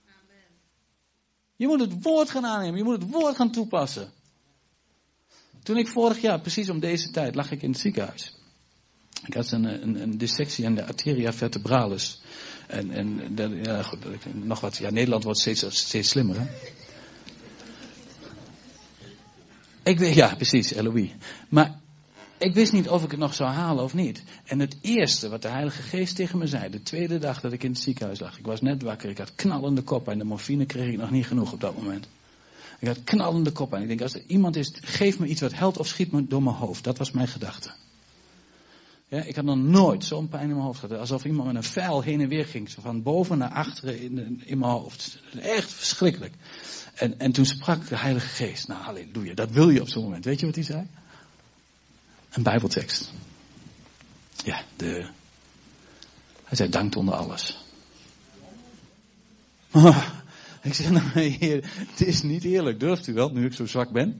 Je moet het woord gaan aannemen. Je moet het woord gaan toepassen. Toen ik vorig jaar, precies om deze tijd, lag ik in het ziekenhuis. Ik had een dissectie aan de arteria vertebralis. Ja, goed, nog wat. Ja, Nederland wordt steeds slimmer, hè? Ja, precies, Eloï. Maar ik wist niet of ik het nog zou halen of niet. En het eerste wat de Heilige Geest tegen me zei, de tweede dag dat ik in het ziekenhuis lag. Ik was net wakker, ik had knallende kop en de morfine kreeg ik nog niet genoeg op dat moment. Ik had knallende kop en ik denk, als er iemand is, geef me iets wat helpt of schiet me door mijn hoofd. Dat was mijn gedachte. Ja, ik had nog nooit zo'n pijn in mijn hoofd gehad. Alsof iemand met een vijl heen en weer ging. Zo van boven naar achteren in mijn hoofd. Echt verschrikkelijk. En toen sprak de Heilige Geest. Nou, halleluja, dat wil je op zo'n moment. Weet je wat hij zei? Een Bijbeltekst. Ja, hij zei, dankt onder alles. Ik zeg, nou Heer, het is niet eerlijk. Durft u wel, nu ik zo zwak ben?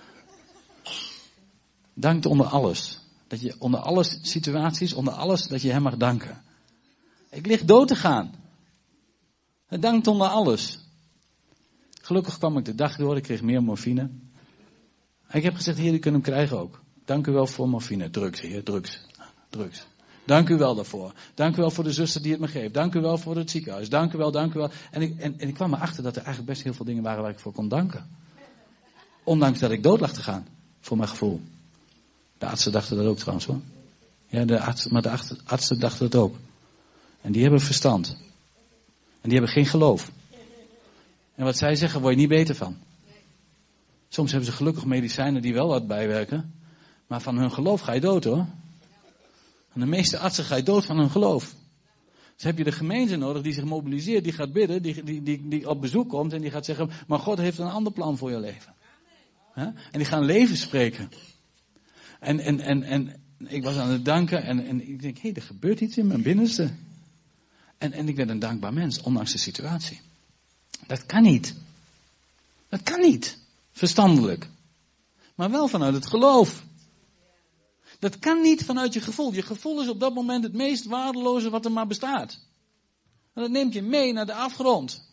Dankt onder alles. Dat je onder alle situaties, onder alles, dat je hem mag danken. Ik lig dood te gaan. Hij dankt onder alles. Gelukkig kwam ik de dag door, ik kreeg meer morfine. Ik heb gezegd, Heer, u kunt hem krijgen ook. Dank u wel voor morfine. Drugs, Heer, drugs. Dank u wel daarvoor. Dank u wel voor de zuster die het me geeft. Dank u wel voor het ziekenhuis. Dank u wel, dank u wel. En ik kwam erachter dat er eigenlijk best heel veel dingen waren waar ik voor kon danken. Ondanks dat ik dood lag te gaan. Voor mijn gevoel. De artsen dachten dat ook trouwens hoor. Ja, maar de artsen dachten dat ook. En die hebben verstand. En die hebben geen geloof. En wat zij zeggen, word je niet beter van. Soms hebben ze gelukkig medicijnen die wel wat bijwerken. Maar van hun geloof ga je dood hoor. En de meeste artsen ga je dood van hun geloof. Dus heb je de gemeente nodig die zich mobiliseert, die gaat bidden, die op bezoek komt en die gaat zeggen, maar God heeft een ander plan voor je leven. En die gaan leven spreken. En ik was aan het danken en ik denk, er gebeurt iets in mijn binnenste. En ik werd een dankbaar mens, ondanks de situatie. Dat kan niet. Dat kan niet. Verstandelijk. Maar wel vanuit het geloof. Dat kan niet vanuit je gevoel. Je gevoel is op dat moment het meest waardeloze wat er maar bestaat. En dat neemt je mee naar de afgrond.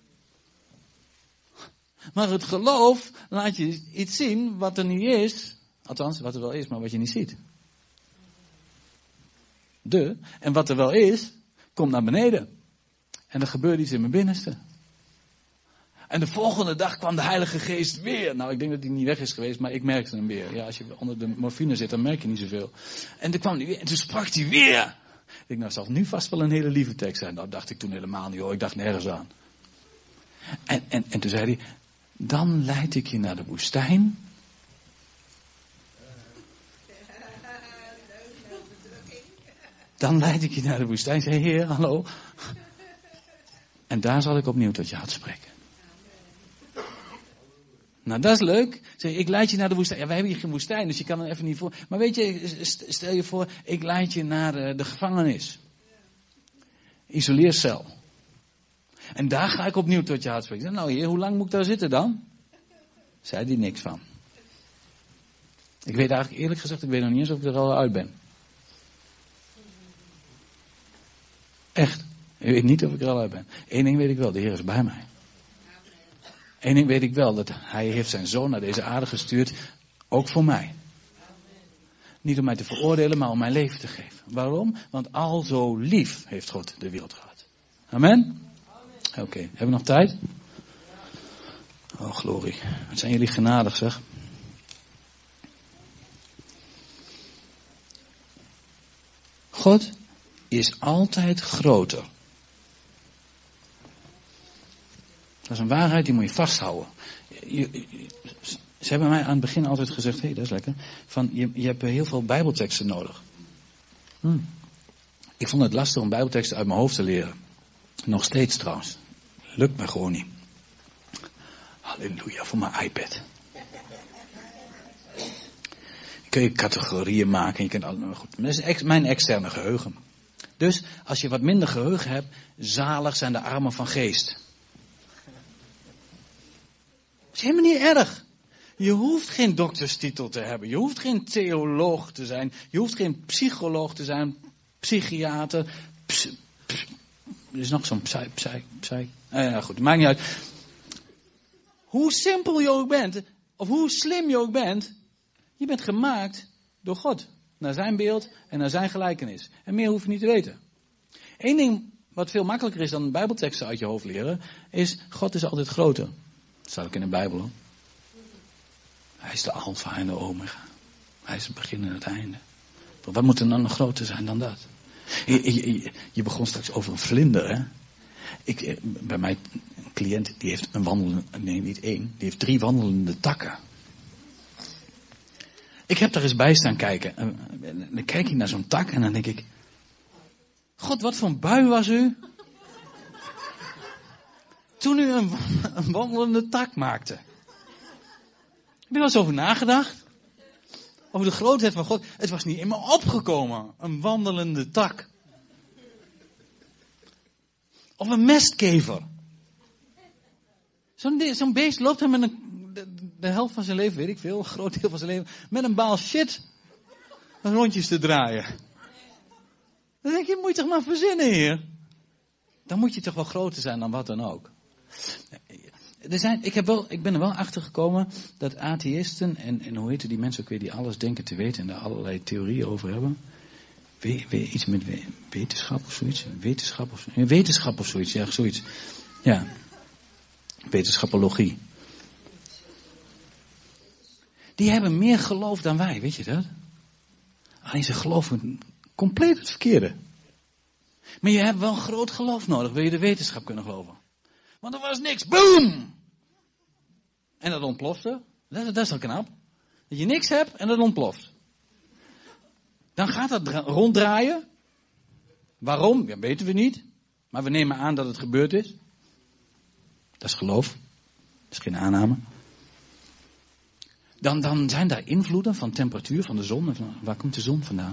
Maar het geloof laat je iets zien wat er niet is. Althans, wat er wel is, maar wat je niet ziet. En wat er wel is, komt naar beneden. En er gebeurt iets in mijn binnenste. En de volgende dag kwam de Heilige Geest weer. Nou, ik denk dat hij niet weg is geweest, maar ik merkte hem weer. Ja, als je onder de morfine zit, dan merk je niet zoveel. En toen kwam hij weer en toen sprak hij weer. Ik denk, nou, zal het nu vast wel een hele lieve tekst zijn. Nou, dacht ik toen helemaal niet hoor, ik dacht nergens aan. En toen zei hij, dan leid ik je naar de woestijn. Dan leid ik je naar de woestijn. Ik zei, Heer, hallo. En daar zal ik opnieuw tot je hart spreken. Nou, dat is leuk. Zeg, ik leid je naar de woestijn. Ja, wij hebben hier geen woestijn, dus je kan er even niet voor. Maar weet je, stel je voor, ik leid je naar de gevangenis. Isoleercel. En daar ga ik opnieuw tot je hart spreken. Ik zei, nou Heer, hoe lang moet ik daar zitten dan? Zei hij niks van. Ik weet eigenlijk eerlijk gezegd, ik weet nog niet eens of ik er al uit ben. Echt. Ik weet niet of ik er al uit ben. Eén ding weet ik wel, de Heer is bij mij. Eén ding weet ik wel, dat Hij heeft zijn Zoon naar deze aarde gestuurd, ook voor mij. Niet om mij te veroordelen, maar om mijn leven te geven. Waarom? Want al zo lief heeft God de wereld gehad. Amen? Oké, hebben we nog tijd? Oh, glorie. Wat zijn jullie genadig, zeg. God is altijd groter. Dat is een waarheid, die moet je vasthouden. Ze hebben mij aan het begin altijd gezegd, dat is lekker. Van, je hebt heel veel bijbelteksten nodig. Ik vond het lastig om bijbelteksten uit mijn hoofd te leren. Nog steeds trouwens. Lukt me gewoon niet. Halleluja, voor mijn iPad. Kun je categorieën maken. Je kunt allemaal goed. Dat is mijn externe geheugen. Dus als je wat minder geheugen hebt, zalig zijn de armen van geest. Dat is helemaal niet erg. Je hoeft geen dokterstitel te hebben. Je hoeft geen theoloog te zijn. Je hoeft geen psycholoog te zijn. Psychiater. Er is nog zo'n goed, het maakt niet uit. Hoe simpel je ook bent, of hoe slim je ook bent, je bent gemaakt door God. Naar zijn beeld en naar zijn gelijkenis. En meer hoef je niet te weten. Eén ding wat veel makkelijker is dan bijbelteksten uit je hoofd leren, is God is altijd groter. Dat staat ook in de Bijbel hoor. Hij is de alfa en de omega. Hij is het begin en het einde. Wat moet er dan nog groter zijn dan dat? Je begon straks over een vlinder, hè? Bij mij, een cliënt, die heeft een wandelende, nee niet één, die heeft 3 wandelende takken. Ik heb daar eens bij staan kijken. En dan kijk ik naar zo'n tak en dan denk ik, God, wat voor een bui was u? Toen u een wandelende tak maakte. Heb je er wel eens over nagedacht? Over de grootheid van God. Het was niet in me opgekomen. Een wandelende tak. Of een mestkever. Zo'n beest loopt er met de helft van zijn leven, weet ik veel, een groot deel van zijn leven, met een baal shit rondjes te draaien. Dan denk je, moet je toch maar verzinnen hier. Dan moet je toch wel groter zijn dan wat dan ook. Ik ben er wel achter gekomen dat atheïsten en hoe heten die mensen ook weer die alles denken te weten en daar allerlei theorieën over hebben. Iets met wetenschap of zoiets? Wetenschap of zoiets, ja, zoiets. Ja. Wetenschappologie. Die hebben meer geloof dan wij, weet je dat? Alleen ze geloven compleet het verkeerde. Maar je hebt wel groot geloof nodig, wil je de wetenschap kunnen geloven. Want er was niks, boom! En dat ontplofte. Dat is wel knap. Dat je niks hebt en dat ontploft. Dan gaat dat ronddraaien. Waarom? Ja, weten we niet. Maar we nemen aan dat het gebeurd is. Dat is geloof. Dat is geen aanname. Dan zijn daar invloeden van temperatuur van de zon. Waar komt de zon vandaan?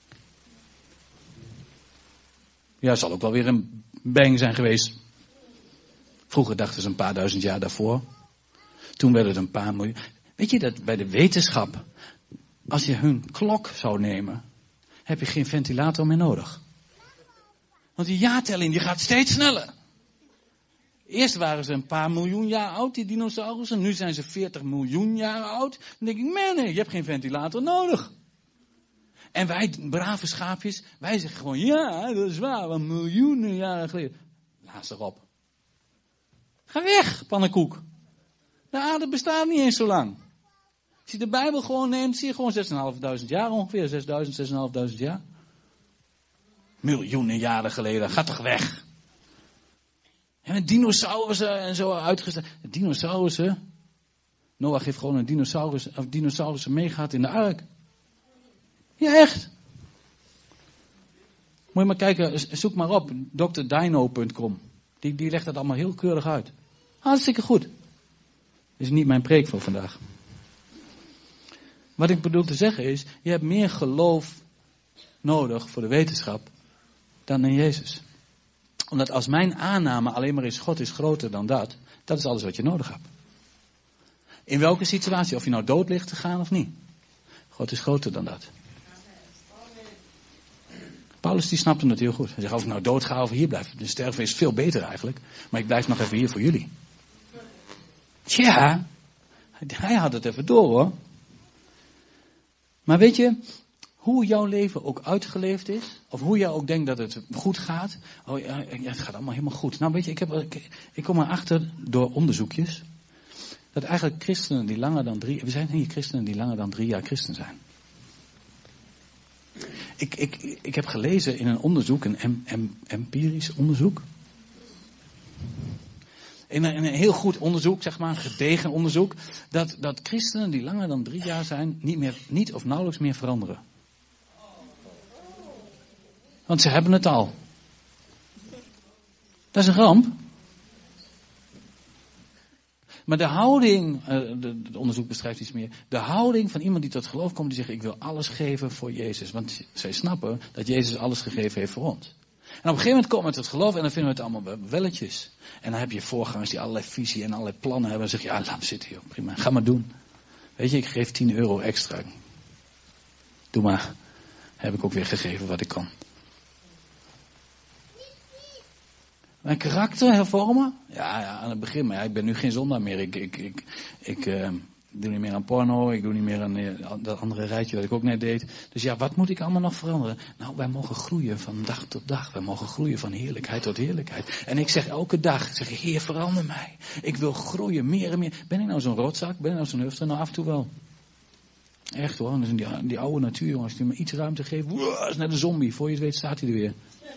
Ja, het zal ook wel weer een bang zijn geweest. Vroeger dachten ze een paar duizend jaar daarvoor. Toen werd het een paar miljoen. Weet je dat bij de wetenschap, als je hun klok zou nemen, heb je geen ventilator meer nodig. Want die jaartelling die gaat steeds sneller. Eerst waren ze een paar miljoen jaar oud, die dinosaurussen. Nu zijn ze 40 miljoen jaar oud. Dan denk ik, nee, je hebt geen ventilator nodig. En wij, brave schaapjes, wij zeggen gewoon, ja, dat is waar, want miljoenen jaren geleden. Laat erop. Ga weg, pannenkoek. De aarde bestaat niet eens zo lang. Als je de Bijbel gewoon neemt, zie je gewoon 6.500 jaar ongeveer. 6.000, 6.500 jaar. Miljoenen jaren geleden, ga toch weg. En met dinosaurussen en zo uitgesteld. Dinosaurussen. Noach heeft gewoon een dinosaurussen meegaat in de ark. Ja, echt. Moet je maar kijken, zoek maar op. drdino.com. Die legt dat allemaal heel keurig uit. Hartstikke goed. Dat is niet mijn preek voor vandaag. Wat ik bedoel te zeggen is, je hebt meer geloof nodig voor de wetenschap dan in Jezus. Omdat als mijn aanname alleen maar is, God is groter dan dat is alles wat je nodig hebt. In welke situatie, of je nou dood ligt te gaan of niet. God is groter dan dat. Paulus die snapte het heel goed. Hij zegt, of ik nou dood ga of hier blijf. De sterven is veel beter eigenlijk. Maar ik blijf nog even hier voor jullie. Tja, hij had het even door hoor. Maar weet je, hoe jouw leven ook uitgeleefd is, of hoe jij ook denkt dat het goed gaat. Oh ja, het gaat allemaal helemaal goed. Nou weet je, ik kom erachter door onderzoekjes, dat eigenlijk christenen die langer dan 3 jaar christen zijn. Ik heb gelezen in een onderzoek, een empirisch onderzoek. In een heel goed onderzoek, zeg maar, een gedegen onderzoek, dat christenen die langer dan 3 jaar zijn, niet of nauwelijks meer veranderen. Want ze hebben het al. Dat is een ramp. Maar de houding, het onderzoek beschrijft iets meer. De houding van iemand die tot geloof komt, die zegt, ik wil alles geven voor Jezus. Want zij snappen dat Jezus alles gegeven heeft voor ons. En op een gegeven moment komen we tot geloof en dan vinden we het allemaal welletjes. En dan heb je voorgangers die allerlei visie en allerlei plannen hebben. En dan zeg je, ja, laat me zitten joh, prima, ga maar doen. Weet je, ik geef €10 extra. Doe maar, heb ik ook weer gegeven wat ik kan. Mijn karakter hervormen? Ja, aan het begin. Maar ja, ik ben nu geen zondaar meer. Ik doe niet meer aan porno. Ik doe niet meer aan dat andere rijtje wat ik ook net deed. Dus ja, wat moet ik allemaal nog veranderen? Nou, wij mogen groeien van dag tot dag. Wij mogen groeien van heerlijkheid tot heerlijkheid. En ik zeg elke dag, Heer, verander mij. Ik wil groeien, meer en meer. Ben ik nou zo'n rotzak? Ben ik nou zo'n hufter? Nou, af en toe wel. Echt hoor. Dus die oude natuur, jongens, als die me iets ruimte geeft. Wow, is net een zombie. Voor je het weet staat hij er weer.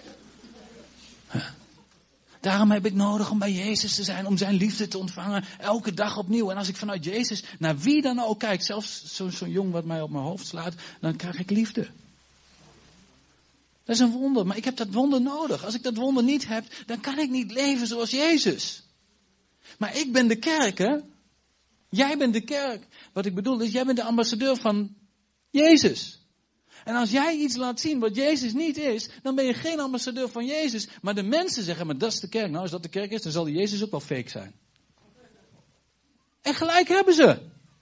Daarom heb ik nodig om bij Jezus te zijn, om zijn liefde te ontvangen, elke dag opnieuw. En als ik vanuit Jezus naar wie dan ook kijk, zelfs zo'n jong wat mij op mijn hoofd slaat, dan krijg ik liefde. Dat is een wonder, maar ik heb dat wonder nodig. Als ik dat wonder niet heb, dan kan ik niet leven zoals Jezus. Maar ik ben de kerk, hè? Jij bent de kerk. Wat ik bedoel is, jij bent de ambassadeur van Jezus. En als jij iets laat zien wat Jezus niet is, dan ben je geen ambassadeur van Jezus. Maar de mensen zeggen, maar dat is de kerk. Nou, als dat de kerk is, dan zal die Jezus ook wel fake zijn. En gelijk hebben ze.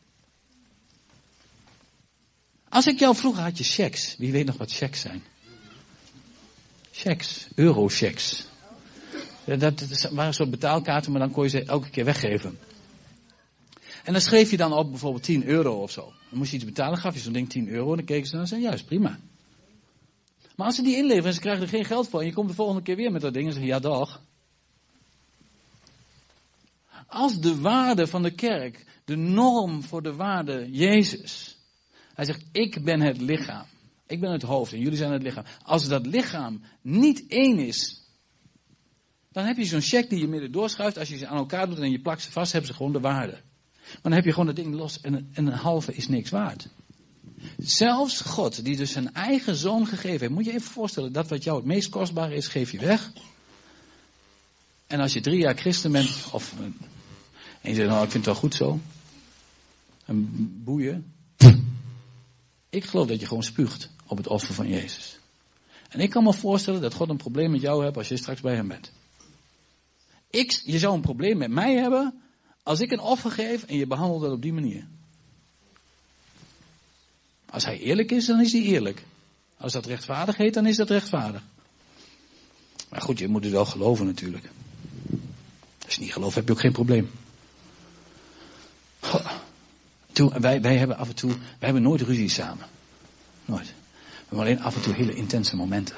Als ik jou vroeg, had je checks. Wie weet nog wat checks zijn? Checks, eurochecks. Dat waren een soort betaalkaarten, maar dan kon je ze elke keer weggeven. En dan schreef je dan op bijvoorbeeld €10 of zo. Dan moest je iets betalen, gaf je zo'n ding €10 en dan keken ze en zeiden, juist, prima. Maar als ze die inleveren en ze krijgen er geen geld voor en je komt de volgende keer weer met dat ding en zeg je, ja toch. Als de waarde van de kerk, de norm voor de waarde Jezus. Hij zegt, ik ben het lichaam. Ik ben het hoofd en jullie zijn het lichaam. Als dat lichaam niet één is, dan heb je zo'n check die je midden doorschuift. Als je ze aan elkaar doet en je plakt ze vast, hebben ze gewoon de waarde. Maar dan heb je gewoon dat ding los en een halve is niks waard. Zelfs God, die dus zijn eigen zoon gegeven heeft. Moet je even voorstellen, dat wat jou het meest kostbaar is, geef je weg. En als je 3 jaar christen bent, en je zegt, nou ik vind het wel goed zo. en boeien. Ik geloof dat je gewoon spuugt op het offer van Jezus. En ik kan me voorstellen dat God een probleem met jou hebt als je straks bij hem bent. Je zou een probleem met mij hebben als ik een offer geef en je behandelt dat op die manier. Als hij eerlijk is, dan is hij eerlijk. Als dat rechtvaardig heet, dan is dat rechtvaardig. Maar goed, je moet het wel geloven natuurlijk. Als je niet gelooft, heb je ook geen probleem. Wij hebben af en toe, wij hebben nooit ruzie samen. Nooit. We hebben alleen af en toe hele intense momenten.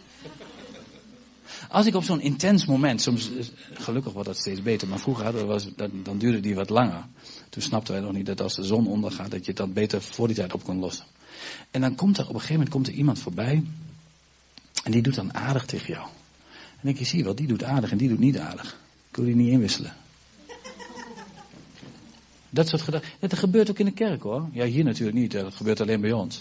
Als ik op zo'n intens moment, soms, gelukkig wordt dat steeds beter, maar vroeger dan duurde die wat langer. Toen snapten wij nog niet dat als de zon ondergaat, dat je het dan beter voor die tijd op kon lossen. En dan op een gegeven moment iemand voorbij, en die doet dan aardig tegen jou. En dan denk je, zie je wel, die doet aardig en die doet niet aardig. Ik wil die niet inwisselen. Dat soort gedachten. Dat gebeurt ook in de kerk hoor. Ja, hier natuurlijk niet, dat gebeurt alleen bij ons.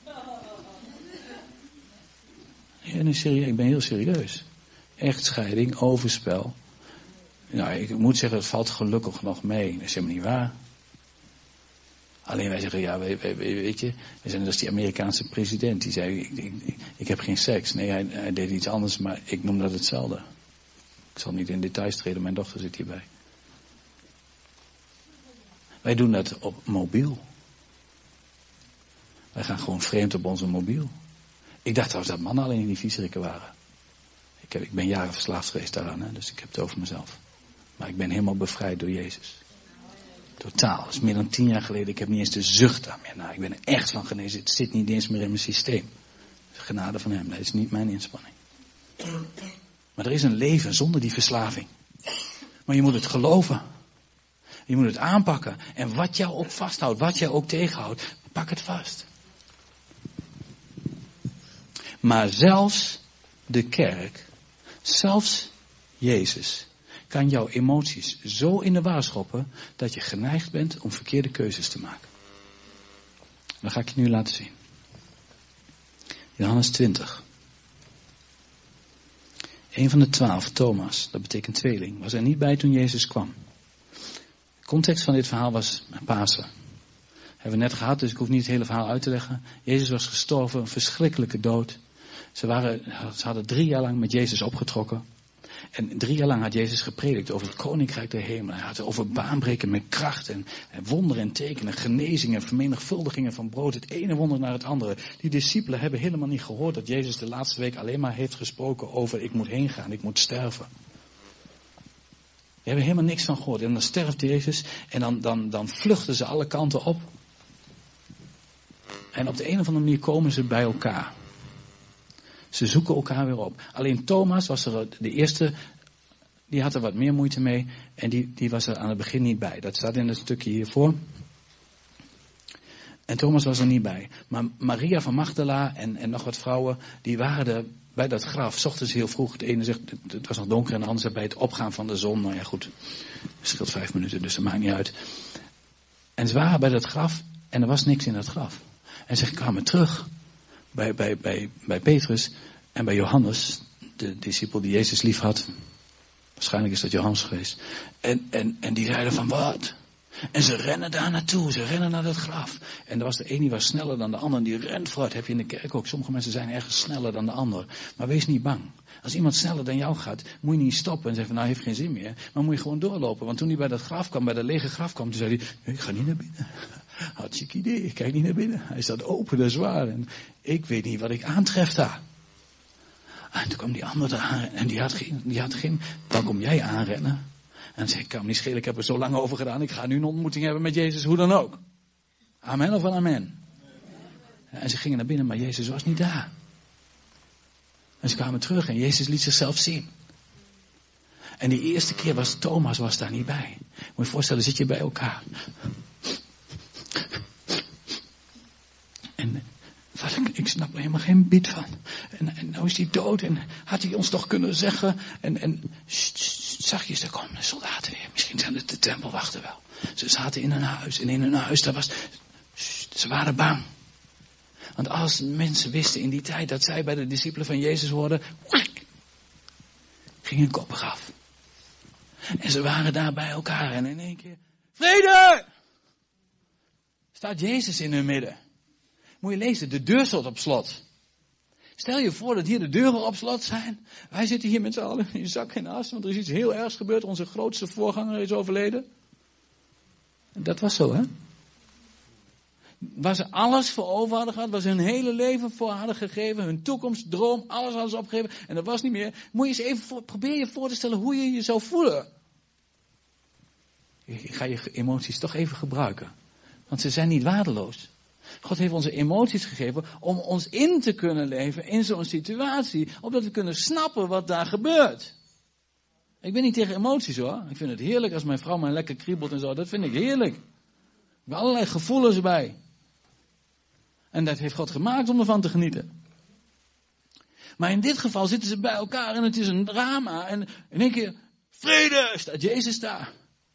Ja, nee, serieus, ik ben heel serieus. Echtscheiding, overspel. Nou, ik moet zeggen, het valt gelukkig nog mee. Dat is helemaal niet waar. Alleen wij zeggen, ja, weet je, we zijn dus die Amerikaanse president. Die zei, ik heb geen seks. Nee, hij deed iets anders, maar ik noem dat hetzelfde. Ik zal niet in details treden, mijn dochter zit hierbij. Wij doen dat op mobiel. Wij gaan gewoon vreemd op onze mobiel. Ik dacht trouwens dat mannen alleen die viezerikken waren. Ik ben jaren verslaafd geweest daaraan, hè, dus ik heb het over mezelf. Maar ik ben helemaal bevrijd door Jezus. Totaal. Dat is meer dan 10 jaar geleden. Ik heb niet eens de zucht aan meer. Nou, ik ben er echt van genezen. Het zit niet eens meer in mijn systeem. De genade van hem. Dat is niet mijn inspanning. Maar er is een leven zonder die verslaving. Maar je moet het geloven. Je moet het aanpakken. En wat jou ook vasthoudt, wat jou ook tegenhoudt, pak het vast. Maar zelfs de kerk, zelfs Jezus, kan jouw emoties zo in de war schoppen dat je geneigd bent om verkeerde keuzes te maken. Dat ga ik je nu laten zien. Johannes 20. Een van de 12, Thomas, dat betekent tweeling, was er niet bij toen Jezus kwam. De context van dit verhaal was Pasen. Hebben we net gehad, dus ik hoef niet het hele verhaal uit te leggen. Jezus was gestorven, een verschrikkelijke dood. Ze hadden 3 jaar lang met Jezus opgetrokken. En 3 jaar lang had Jezus gepredikt over het koninkrijk der hemelen. Hij had het over baanbreken met kracht en wonderen en tekenen, genezingen, vermenigvuldigingen van brood. Het ene wonder naar het andere. Die discipelen hebben helemaal niet gehoord dat Jezus de laatste week alleen maar heeft gesproken over ik moet heen gaan, ik moet sterven. Die hebben helemaal niks van gehoord. En dan sterft Jezus en dan vluchten ze alle kanten op. En op de een of andere manier komen ze bij elkaar. Ze zoeken elkaar weer op. Alleen Thomas was er de eerste, die had er wat meer moeite mee. En die was er aan het begin niet bij. Dat staat in het stukje hiervoor. En Thomas was er niet bij. Maar Maria van Magdala en nog wat vrouwen, die waren er bij dat graf. 's Ochtends heel vroeg. De ene zegt, het was nog donker en de ander zegt bij het opgaan van de zon. Nou ja goed, het scheelt 5 minuten, dus dat maakt niet uit. En ze waren bij dat graf en er was niks in dat graf. En ze kwamen terug bij Petrus en bij Johannes, de discipel die Jezus lief had. Waarschijnlijk is dat Johannes geweest. En die zeiden van wat? En ze rennen daar naartoe, ze rennen naar dat graf. En er was de een die was sneller dan de ander, die rent vooruit. Heb je in de kerk ook. Sommige mensen zijn ergens sneller dan de ander. Maar wees niet bang. Als iemand sneller dan jou gaat, moet je niet stoppen en zeggen van nou heeft geen zin meer. Maar moet je gewoon doorlopen. Want toen hij bij dat graf kwam, bij dat lege graf kwam, toen zei hij, ik ga niet naar binnen. Hartstikke idee, ik kijk niet naar binnen. Hij staat open, dat is waar. En ik weet niet wat ik aantref daar. En toen kwam die ander daar en die had geen, dan kom jij aanrennen. En dan zei ik, kan me niet schelen, ik heb er zo lang over gedaan. Ik ga nu een ontmoeting hebben met Jezus, hoe dan ook. Amen of amen? En ze gingen naar binnen, maar Jezus was niet daar. En ze kwamen terug en Jezus liet zichzelf zien. En die eerste keer was Thomas daar niet bij. Moet je je voorstellen, zit je bij elkaar. En ik snap er helemaal geen bied van. En nou is hij dood en had hij ons toch kunnen zeggen. En zachtjes, daar komen de soldaten weer. Misschien zijn het de tempelwachten wel. Ze zaten in een huis en in hun huis, ze waren bang. Want als mensen wisten in die tijd dat zij bij de discipelen van Jezus hoorden, ging hun kop af. En ze waren daar bij elkaar en in één keer, vrede! staat Jezus in hun midden. Moet je lezen, de deur staat op slot. Stel je voor dat hier de deuren op slot zijn. Wij zitten hier met z'n allen in zak en as, want er is iets heel ergs gebeurd. Onze grootste voorganger is overleden. En dat was zo, hè? Waar ze alles voor over hadden gehad, waar ze hun hele leven voor hadden gegeven, hun toekomstdroom, alles hadden ze opgegeven. En dat was niet meer. Moet je eens even probeer je voor te stellen hoe je je zou voelen. Ik ga je emoties toch even gebruiken. Want ze zijn niet waardeloos. God heeft onze emoties gegeven om ons in te kunnen leven in zo'n situatie. Opdat we kunnen snappen wat daar gebeurt. Ik ben niet tegen emoties hoor. Ik vind het heerlijk als mijn vrouw mij lekker kriebelt en zo. Dat vind ik heerlijk. Ik heb allerlei gevoelens bij. En dat heeft God gemaakt om ervan te genieten. Maar in dit geval zitten ze bij elkaar en het is een drama. En in één keer, vrede, staat Jezus daar.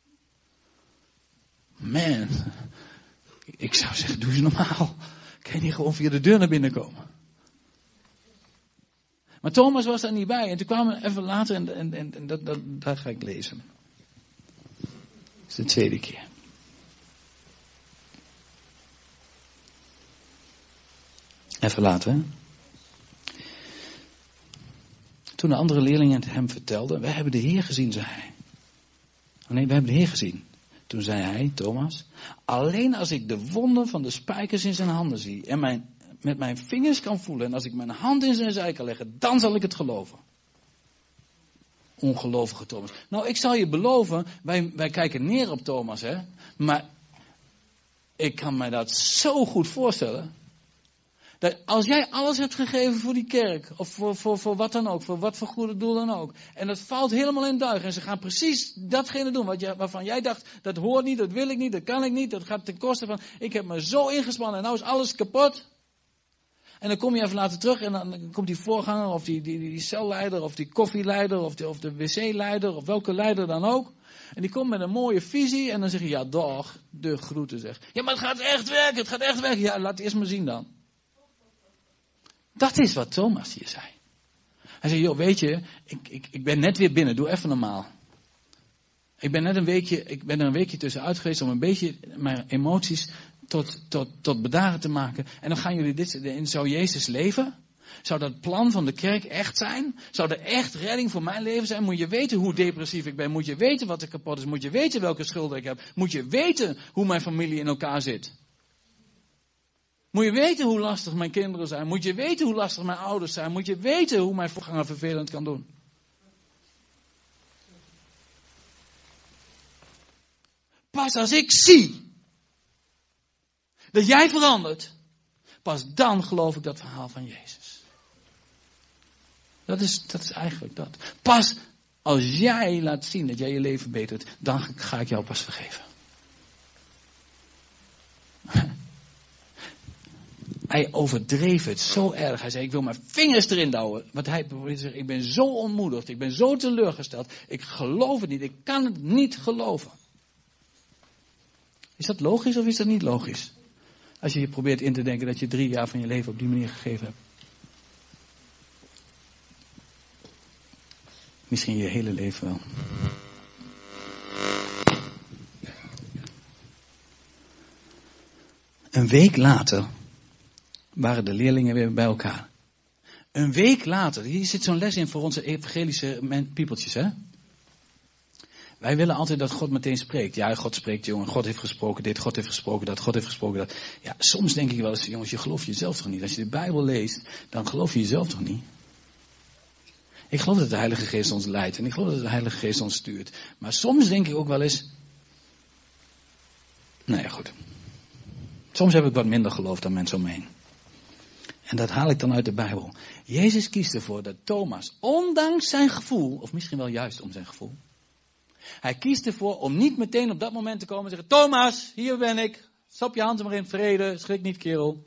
Man, ik zou zeggen, doe eens normaal. Kan je niet gewoon via de deur naar binnen komen? Maar Thomas was daar niet bij. En toen kwamen we even later, en dat ga ik lezen. Dat is de tweede keer. Even later, hè. Toen de andere leerlingen het hem vertelden, wij hebben de Heer gezien, zei hij. Oh nee, we hebben de Heer gezien. Toen zei hij, Thomas, alleen als ik de wonden van de spijkers in zijn handen zie en met mijn vingers kan voelen en als ik mijn hand in zijn zij kan leggen, dan zal ik het geloven. Ongelovige Thomas. Nou, ik zal je beloven, wij kijken neer op Thomas, hè. Maar ik kan mij dat zo goed voorstellen. Dat als jij alles hebt gegeven voor die kerk, of voor wat dan ook, voor wat voor goede doel dan ook. En dat valt helemaal in duigen. En ze gaan precies datgene doen waarvan jij dacht, dat hoort niet, dat wil ik niet, dat kan ik niet. Dat gaat ten koste van, ik heb me zo ingespannen en nou is alles kapot. En dan kom je even later terug en dan komt die voorganger of die celleider of die koffieleider of de wc-leider of welke leider dan ook. En die komt met een mooie visie en dan zeg je, ja dag, de groeten zeg. Ja maar het gaat echt werken, het gaat echt werken. Ja, laat het eerst maar zien dan. Dat is wat Thomas hier zei. Hij zei, joh, weet je, ik ben net weer binnen, doe even normaal. Ik ben er een weekje tussenuit geweest om een beetje mijn emoties tot bedaren te maken. En dan gaan jullie dit, zou Jezus leven? Zou dat plan van de kerk echt zijn? Zou er echt redding voor mijn leven zijn? Moet je weten hoe depressief ik ben? Moet je weten wat er kapot is? Moet je weten welke schulden ik heb? Moet je weten hoe mijn familie in elkaar zit? Moet je weten hoe lastig mijn kinderen zijn? Moet je weten hoe lastig mijn ouders zijn? Moet je weten hoe mijn voorganger vervelend kan doen? Pas als ik zie dat jij verandert, pas dan geloof ik dat verhaal van Jezus. Dat is eigenlijk dat. Pas als jij laat zien dat jij je leven betert, dan ga ik jou pas vergeven. Hij overdreef het zo erg. Hij zei, ik wil mijn vingers erin douwen. Want hij probeerde te zeggen, ik ben zo ontmoedigd. Ik ben zo teleurgesteld. Ik geloof het niet. Ik kan het niet geloven. Is dat logisch of is dat niet logisch? Als je je probeert in te denken dat je 3 jaar van je leven op die manier gegeven hebt. Misschien je hele leven wel. Een week later waren de leerlingen weer bij elkaar. Een week later, hier zit zo'n les in voor onze evangelische piepeltjes, hè. Wij willen altijd dat God meteen spreekt. Ja, God spreekt, jongen. God heeft gesproken dit, God heeft gesproken dat, God heeft gesproken dat. Ja, soms denk ik wel eens, jongens, je gelooft jezelf toch niet? Als je de Bijbel leest, dan geloof je jezelf toch niet? Ik geloof dat de Heilige Geest ons leidt. En ik geloof dat de Heilige Geest ons stuurt. Maar soms denk ik ook wel eens, nou ja, goed. Soms heb ik wat minder geloof dan mensen om me heen. En dat haal ik dan uit de Bijbel. Jezus kiest ervoor dat Thomas, ondanks zijn gevoel, of misschien wel juist om zijn gevoel. Hij kiest ervoor om niet meteen op dat moment te komen en zeggen, Thomas, hier ben ik. Stop je handen maar in vrede, schrik niet kerel.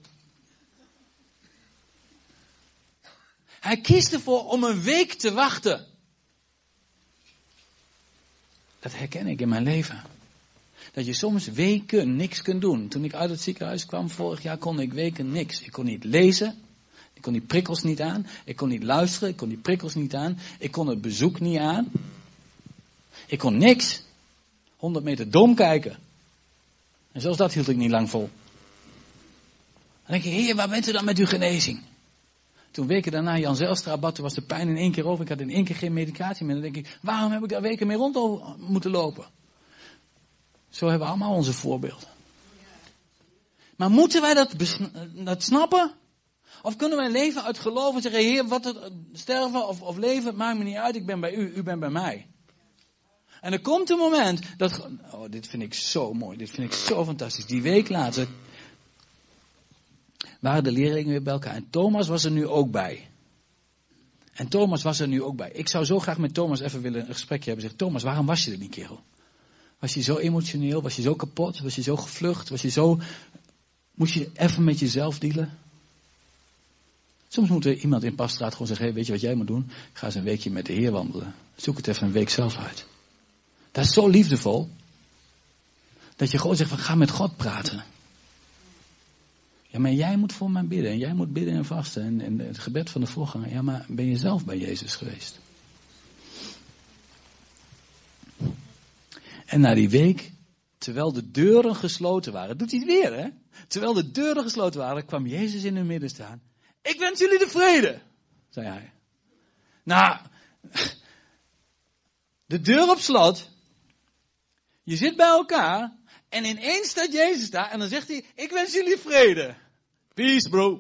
Hij kiest ervoor om een week te wachten. Dat herken ik in mijn leven. Dat je soms weken niks kunt doen. Toen ik uit het ziekenhuis kwam vorig jaar kon ik weken niks. Ik kon niet lezen. Ik kon die prikkels niet aan. Ik kon niet luisteren. Ik kon die prikkels niet aan. Ik kon het bezoek niet aan. Ik kon niks. 100 meter dom kijken. En zelfs dat hield ik niet lang vol. denk ik, Heer, waar bent u dan met uw genezing? Toen weken daarna Jan Zijlstra bad, toen was de pijn in 1 keer over. Ik had in 1 keer geen medicatie meer. Dan denk ik, waarom heb ik daar weken mee rond moeten lopen? Zo hebben we allemaal onze voorbeelden. Maar moeten wij dat snappen? Of kunnen wij leven uit geloof en zeggen, Heer, wat het sterven of leven, maakt me niet uit, ik ben bij u, u bent bij mij. En er komt een moment dat, dit vind ik zo mooi, dit vind ik zo fantastisch. Die week later waren de leerlingen weer bij elkaar en Thomas was er nu ook bij. Ik zou zo graag met Thomas even willen een gesprekje hebben. Zeg, Thomas, waarom was je er niet, kerel? Was je zo emotioneel? Was je zo kapot? Was je zo gevlucht? Moest je even met jezelf dealen? Soms moet er iemand in Pastraat gewoon zeggen, hey, weet je wat jij moet doen? Ga eens een weekje met de Heer wandelen. Zoek het even een week zelf uit. Dat is zo liefdevol. Dat je gewoon zegt van, ga met God praten. Ja, maar jij moet voor mij bidden. En jij moet bidden en vasten. En het gebed van de voorganger. Ja, maar ben je zelf bij Jezus geweest? En na die week, terwijl de deuren gesloten waren. Doet hij het weer, hè? Terwijl de deuren gesloten waren, kwam Jezus in hun midden staan. Ik wens jullie de vrede, zei hij. Nou, de deur op slot. Je zit bij elkaar. En ineens staat Jezus daar. En dan zegt hij, ik wens jullie vrede. Peace, bro.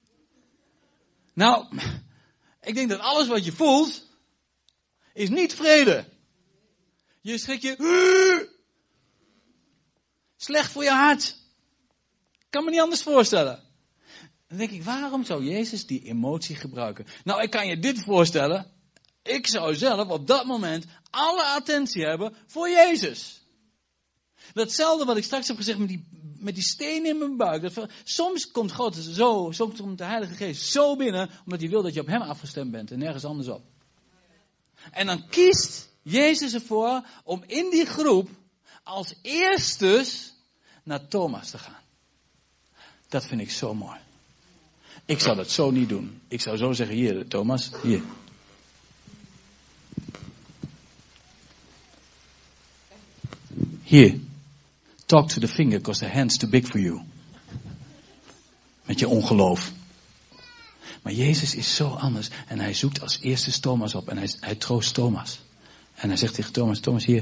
Nou, ik denk dat alles wat je voelt, is niet vrede. Je schrik je. Slecht voor je hart. Ik kan me niet anders voorstellen. Dan denk ik, waarom zou Jezus die emotie gebruiken? Nou, ik kan je dit voorstellen. Ik zou zelf op dat moment alle attentie hebben voor Jezus. Datzelfde wat ik straks heb gezegd met die steen in mijn buik. Soms komt God soms komt de Heilige Geest zo binnen, omdat hij wil dat je op hem afgestemd bent en nergens anders op. En dan kiest Jezus ervoor om in die groep als eerstes naar Thomas te gaan. Dat vind ik zo mooi. Ik zou dat zo niet doen. Ik zou zo zeggen, hier Thomas, hier. Hier. Talk to the finger, because the hand's too big for you. Met je ongeloof. Maar Jezus is zo anders. En hij zoekt als eerste Thomas op. En hij troost Thomas. En hij zegt tegen Thomas, Thomas hier.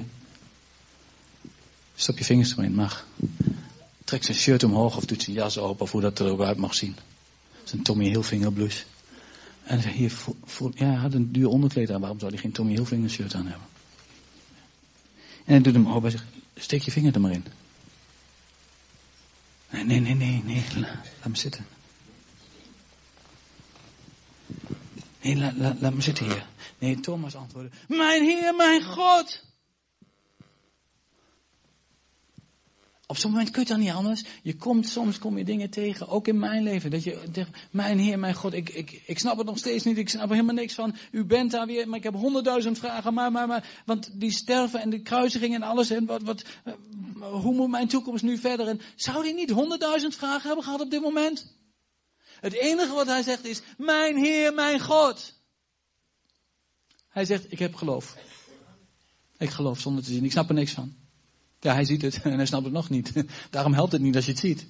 Stop je vingers erin, mag. Trek zijn shirt omhoog of doet zijn jas open. Of hoe dat er ook uit mag zien. Zijn Tommy Hilfiger blouse. En hij zegt, hier, ja, hij had een duur onderkleed aan. Waarom zou hij geen Tommy Hilfiger shirt aan hebben? En hij doet hem open. Hij zegt, steek je vinger er maar in. Nee. Laat me zitten. Nee, laat me zitten hier. Nee, Thomas antwoordde. Mijn Heer, mijn God. Op zo'n moment kun je het dan niet anders. Soms kom je dingen tegen, ook in mijn leven. Dat je zegt, mijn Heer, mijn God, ik snap het nog steeds niet. Ik snap er helemaal niks van. U bent daar weer, maar ik heb 100.000 vragen. Maar, want die sterven en de kruisiging en alles. En hoe moet mijn toekomst nu verder? En zou hij niet 100.000 vragen hebben gehad op dit moment? Het enige wat hij zegt is, mijn Heer, mijn God. Hij zegt, ik heb geloof. Ik geloof zonder te zien. Ik snap er niks van. Ja, hij ziet het en hij snapt het nog niet. Daarom helpt het niet als je het ziet.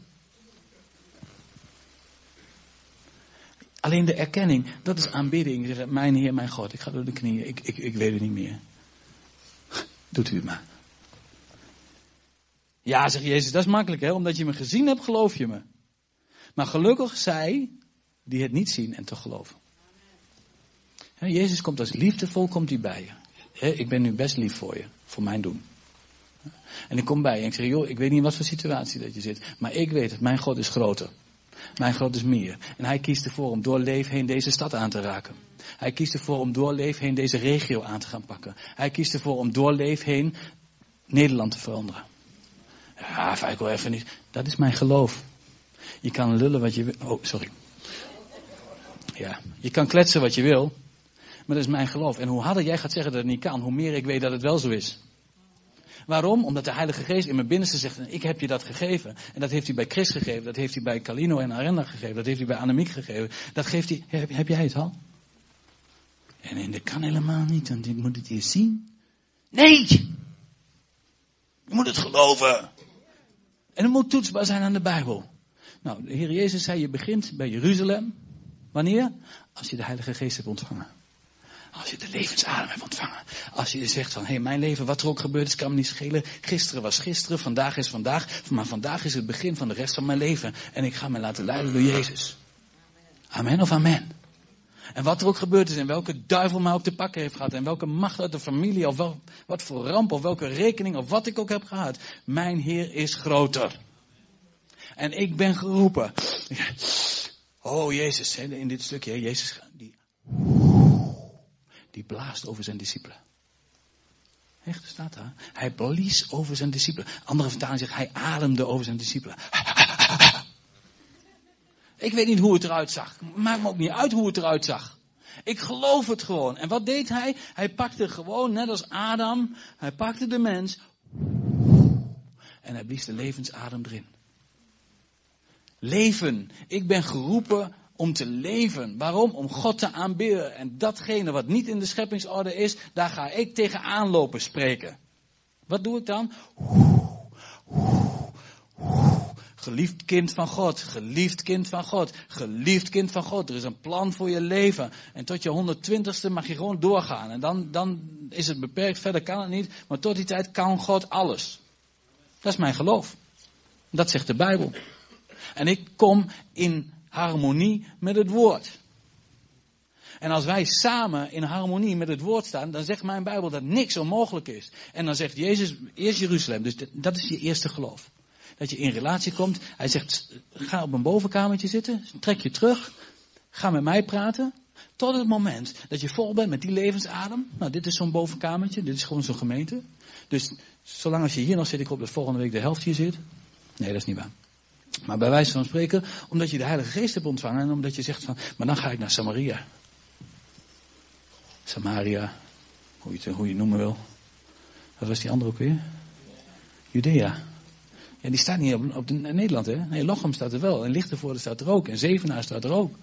Alleen de erkenning, dat is aanbidding. Zeggen, mijn Heer, mijn God, ik ga door de knieën. Ik weet het niet meer. Doet u het maar. Ja, zegt Jezus, dat is makkelijk, hè? Omdat je me gezien hebt, geloof je me. Maar gelukkig zij die het niet zien en toch geloven. Jezus komt als liefdevol, komt hij bij je. Ik ben nu best lief voor je, voor mijn doen. En ik kom bij je en ik zeg, joh, ik weet niet in wat voor situatie dat je zit. Maar ik weet het, mijn God is groter. Mijn God is meer. En hij kiest ervoor om door Leef heen deze stad aan te raken. Hij kiest ervoor om door Leef heen deze regio aan te gaan pakken. Hij kiest ervoor om door Leef heen Nederland te veranderen. Ja, Feiko, even niet. Dat is mijn geloof. Je kan lullen wat je wil. Oh, sorry. Ja, je kan kletsen wat je wil. Maar dat is mijn geloof. En hoe harder jij gaat zeggen dat het niet kan, hoe meer ik weet dat het wel zo is. Waarom? Omdat de Heilige Geest in mijn binnenste zegt, ik heb je dat gegeven. En dat heeft hij bij Chris gegeven, dat heeft hij bij Calino en Arenda gegeven, dat heeft hij bij Annemiek gegeven. Dat geeft hij, heb jij het al? En dat kan helemaal niet, want ik moet het hier zien. Nee! Je moet het geloven. En het moet toetsbaar zijn aan de Bijbel. Nou, de Heer Jezus zei, je begint bij Jeruzalem. Wanneer? Als je de Heilige Geest hebt ontvangen. Als je de levensadem hebt ontvangen. Als je zegt van, hé, mijn leven, wat er ook gebeurd is, kan me niet schelen. Gisteren was gisteren, vandaag is vandaag. Maar vandaag is het begin van de rest van mijn leven. En ik ga me laten leiden door Jezus. Amen of amen. En wat er ook gebeurd is en welke duivel mij ook te pakken heeft gehad. En welke macht uit de familie of wat voor ramp of welke rekening of wat ik ook heb gehad. Mijn Heer is groter. En ik ben geroepen. Oh Jezus, in dit stukje, Jezus die blaast over zijn discipelen. Echt, staat daar. Hij blies over zijn discipelen. Andere vertaling zegt, hij ademde over zijn discipelen. Ik weet niet hoe het eruit zag. Maakt me ook niet uit hoe het eruit zag. Ik geloof het gewoon. En wat deed hij? Hij pakte gewoon, net als Adam, hij pakte de mens. En hij blies de levensadem erin. Leven. Ik ben geroepen om te leven. Waarom? Om God te aanbidden. En datgene wat niet in de scheppingsorde is, daar ga ik tegenaan lopen spreken. Wat doe ik dan? Geliefd kind van God, geliefd kind van God, geliefd kind van God. Er is een plan voor je leven. En tot je 120ste mag je gewoon doorgaan. En dan is het beperkt, verder kan het niet. Maar tot die tijd kan God alles. Dat is mijn geloof. Dat zegt de Bijbel. En ik kom in harmonie met het woord. En als wij samen in harmonie met het woord staan, dan zegt mijn Bijbel dat niks onmogelijk is. En dan zegt Jezus, eerst Jeruzalem. Dus dat is je eerste geloof. Dat je in relatie komt. Hij zegt, ga op een bovenkamertje zitten. Trek je terug. Ga met mij praten. Tot het moment dat je vol bent met die levensadem. Nou, dit is zo'n bovenkamertje. Dit is gewoon zo'n gemeente. Dus zolang als je hier nog zit, ik hoop dat volgende week de helft hier zit. Nee, dat is niet waar. Maar bij wijze van spreken, omdat je de Heilige Geest hebt ontvangen. En omdat je zegt van, maar dan ga ik naar Samaria. Samaria. Hoe je het noemen wil. Wat was die andere ook weer? Judea. Ja, die staat niet op Nederland, hè? Nee, Lochem staat er wel. En Lichtenvoorde staat er ook. En Zevenaar staat er ook.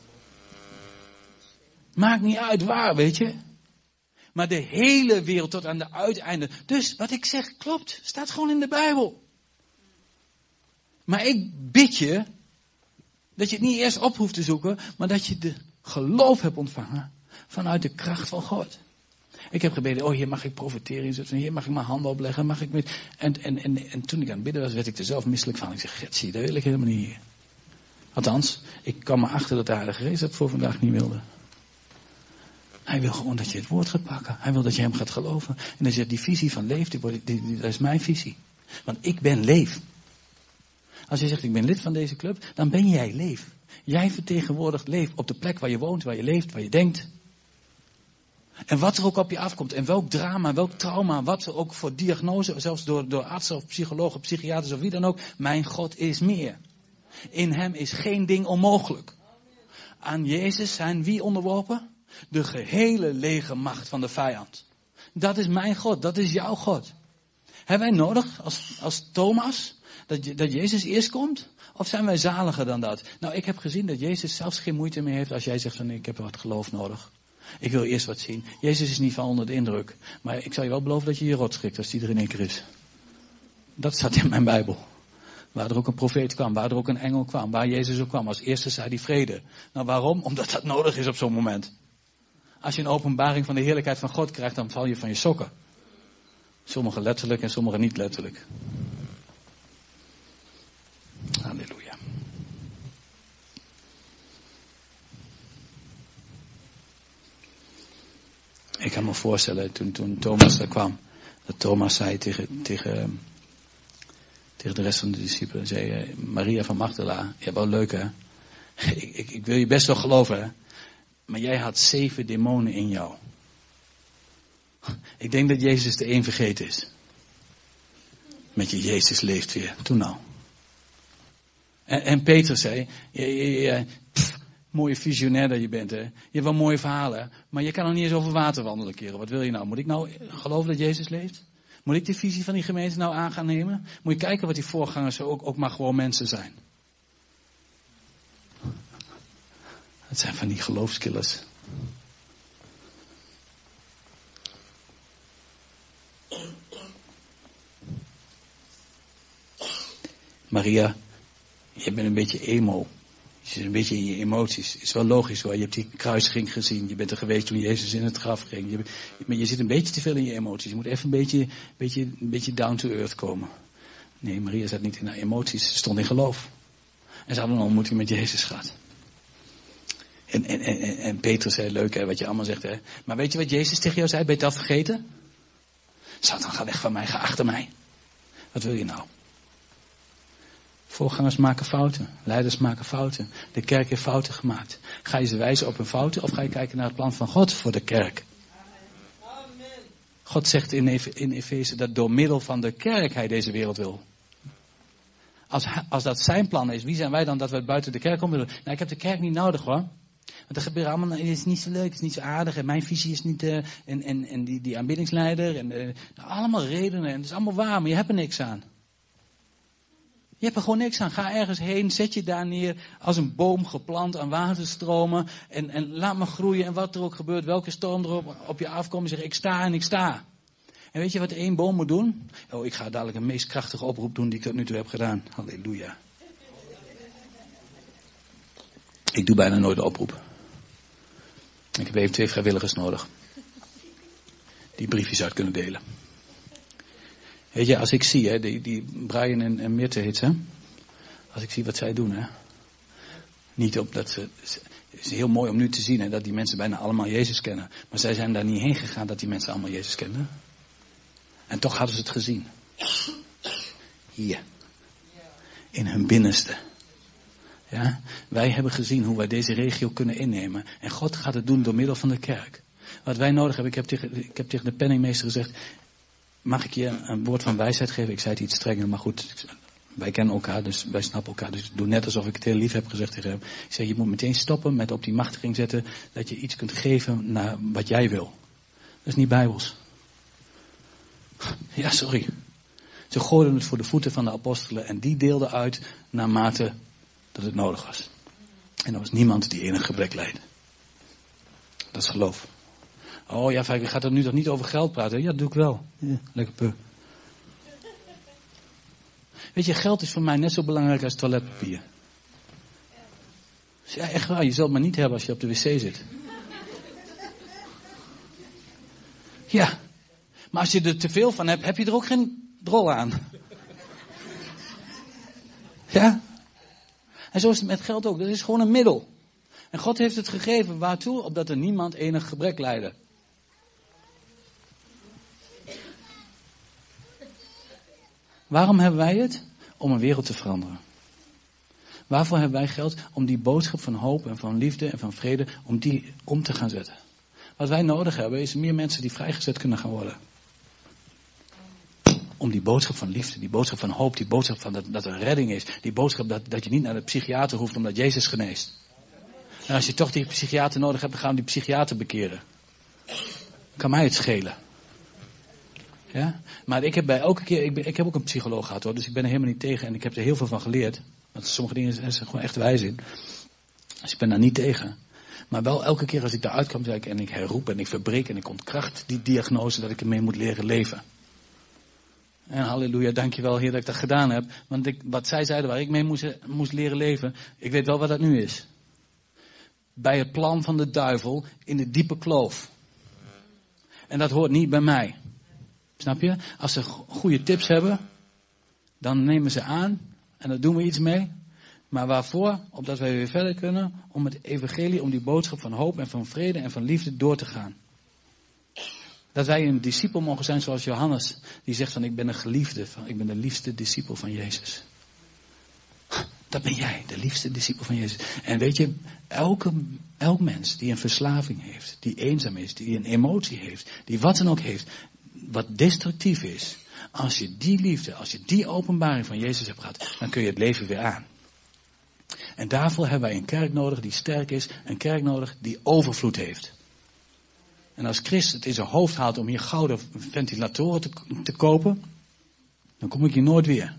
Maakt niet uit waar, weet je. Maar de hele wereld tot aan de uiteinde. Dus wat ik zeg klopt. Staat gewoon in de Bijbel. Maar ik bid je dat je het niet eerst op hoeft te zoeken. Maar dat je de geloof hebt ontvangen vanuit de kracht van God. Ik heb gebeden, oh hier mag ik profiteren. Hier mag ik mijn handen opleggen. Mag ik met... en toen ik aan het bidden was, werd ik er zelf misselijk van. Ik zeg, Getsie, dat wil ik helemaal niet hier. Althans, ik kwam me achter dat de Heilige Geest dat voor vandaag niet wilde. Hij wil gewoon dat je het woord gaat pakken. Hij wil dat je hem gaat geloven. En dan zegt die visie van leef, dat is mijn visie. Want ik ben leef. Als je zegt, ik ben lid van deze club, dan ben jij leef. Jij vertegenwoordigt leef op de plek waar je woont, waar je leeft, waar je denkt. En wat er ook op je afkomt, en welk drama, welk trauma, wat er ook voor diagnose, zelfs door artsen of psychologen, psychiaters of wie dan ook, mijn God is meer. In hem is geen ding onmogelijk. Aan Jezus zijn wie onderworpen? De gehele legermacht van de vijand. Dat is mijn God, dat is jouw God. Hebben wij nodig, als Thomas, dat Jezus eerst komt? Of zijn wij zaliger dan dat? Nou, ik heb gezien dat Jezus zelfs geen moeite meer heeft als jij zegt van ik heb wat geloof nodig. Ik wil eerst wat zien. Jezus is niet van onder de indruk. Maar ik zal je wel beloven dat je je rot schrikt als die er in één keer is. Dat staat in mijn Bijbel. Waar er ook een profeet kwam, waar er ook een engel kwam, waar Jezus ook kwam. Als eerste zei hij vrede. Nou waarom? Omdat dat nodig is op zo'n moment. Als je een openbaring van de heerlijkheid van God krijgt, dan val je van je sokken. Sommigen letterlijk en sommigen niet letterlijk. Halleluja. Ik kan me voorstellen, toen Thomas daar kwam, dat Thomas zei tegen de rest van de discipelen, zei Maria van Magdala, ja wel leuk hè, ik wil je best wel geloven hè, maar jij had 7 demonen in jou. Ik denk dat Jezus de één vergeten is. Met je Jezus leeft weer, toen nou. En Petrus zei, mooie visionair dat je bent, hè. Je hebt wel mooie verhalen, maar je kan nog niet eens over water wandelen, kerel. Wat wil je nou? Moet ik nou geloven dat Jezus leeft? Moet ik de visie van die gemeente nou aan gaan nemen? Moet je kijken wat die voorgangers ook maar gewoon mensen zijn. Het zijn van die geloofskillers. Maria Je bent een beetje emo. Je zit een beetje in je emoties. Is wel logisch hoor. Je hebt die kruisiging gezien. Je bent er geweest toen Jezus in het graf ging. Maar je zit een beetje te veel in je emoties. Je moet even een beetje down to earth komen. Nee, Maria zat niet in haar emoties. Ze stond in geloof. En ze hadden een ontmoeting met Jezus gehad. En Petrus zei, leuk hè, wat je allemaal zegt hè. Maar weet je wat Jezus tegen jou zei? Ben je dat vergeten? Satan, ga weg van mij, ga achter mij. Wat wil je nou? Voorgangers maken fouten. Leiders maken fouten. De kerk heeft fouten gemaakt. Ga je ze wijzen op hun fouten of ga je kijken naar het plan van God voor de kerk? Amen. God zegt in Efeze dat door middel van de kerk hij deze wereld wil. Als dat zijn plan is, wie zijn wij dan dat we buiten de kerk komen? Nou, ik heb de kerk niet nodig hoor. Want er gebeurt allemaal, het is niet zo leuk, het is niet zo aardig. En mijn visie is niet, en die aanbiddingsleider. En allemaal redenen. En het is allemaal waar, maar je hebt er niks aan. Je hebt er gewoon niks aan. Ga ergens heen, zet je daar neer als een boom geplant aan waterstromen. En laat me groeien. En wat er ook gebeurt, welke storm er op je afkomt. Zeg ik sta en ik sta. En weet je wat één boom moet doen? Oh, ik ga dadelijk een meest krachtige oproep doen die ik tot nu toe heb gedaan. Halleluja. Ik doe bijna nooit de oproep. Ik heb even 2 vrijwilligers nodig. Die briefjes uit kunnen delen. Weet je, als ik zie, hè, die Brian en Mirte heet ze. Als ik zie wat zij doen, hè. Niet op dat ze. Het is heel mooi om nu te zien, hè, dat die mensen bijna allemaal Jezus kennen. Maar zij zijn daar niet heen gegaan dat die mensen allemaal Jezus kenden. En toch hadden ze het gezien. Hier. In hun binnenste. Ja? Wij hebben gezien hoe wij deze regio kunnen innemen. En God gaat het doen door middel van de kerk. Wat wij nodig hebben, ik heb tegen de penningmeester gezegd. Mag ik je een woord van wijsheid geven? Ik zei het iets strenger, maar goed. Wij kennen elkaar, dus wij snappen elkaar. Dus ik doe net alsof ik het heel lief heb gezegd tegen hem. Ik zei, je moet meteen stoppen met op die machtiging zetten. Dat je iets kunt geven naar wat jij wil. Dat is niet bijbels. Ja, sorry. Ze gooiden het voor de voeten van de apostelen. En die deelden uit naarmate dat het nodig was. En er was niemand die enig gebrek leidde. Dat is geloof. Oh ja, je gaat er nu toch niet over geld praten? Ja, dat doe ik wel. Ja, lekker peu. Weet je, geld is voor mij net zo belangrijk als toiletpapier. Ja, echt waar. Je zult het maar niet hebben als je op de wc zit. Ja. Maar als je er te veel van hebt, heb je er ook geen drol aan. Ja. En zo is het met geld ook. Dat is gewoon een middel. En God heeft het gegeven. Waartoe? Opdat er niemand enig gebrek lijde. Waarom hebben wij het? Om een wereld te veranderen. Waarvoor hebben wij geld? Om die boodschap van hoop en van liefde en van vrede, om die om te gaan zetten. Wat wij nodig hebben is meer mensen die vrijgezet kunnen gaan worden. Om die boodschap van liefde, die boodschap van hoop, die boodschap van dat er redding is. Die boodschap dat je niet naar de psychiater hoeft omdat Jezus geneest. En als je toch die psychiater nodig hebt, dan gaan we die psychiater bekeren. Kan mij het schelen. Ja? Maar ik heb bij elke keer, ik heb ook een psycholoog gehad hoor, dus ik ben er helemaal niet tegen en ik heb er heel veel van geleerd. Want sommige dingen zijn er gewoon echt wijs in. Dus ik ben daar niet tegen. Maar wel elke keer als ik daaruit kwam, zei ik, en ik herroep en ik verbreek en ik ontkracht die diagnose dat ik ermee moet leren leven. En halleluja, dankjewel Heer dat ik dat gedaan heb. Want wat zij zeiden waar ik mee moest leren leven, ik weet wel wat dat nu is. Bij het plan van de duivel in de diepe kloof. En dat hoort niet bij mij. Snap je? Als ze goede tips hebben, dan nemen ze aan en daar doen we iets mee. Maar waarvoor? Opdat wij weer verder kunnen om het evangelie, om die boodschap van hoop en van vrede en van liefde door te gaan. Dat wij een discipel mogen zijn zoals Johannes, die zegt van ik ben een geliefde, ik ben de liefste discipel van Jezus. Dat ben jij, de liefste discipel van Jezus. En weet je, elk mens die een verslaving heeft, die eenzaam is, die een emotie heeft, die wat dan ook heeft, wat destructief is. Als je die liefde, als je die openbaring van Jezus hebt gehad, dan kun je het leven weer aan. En daarvoor hebben wij een kerk nodig die sterk is, een kerk nodig die overvloed heeft. En als Christus het in zijn hoofd haalt om hier gouden ventilatoren te kopen, dan kom ik hier nooit weer.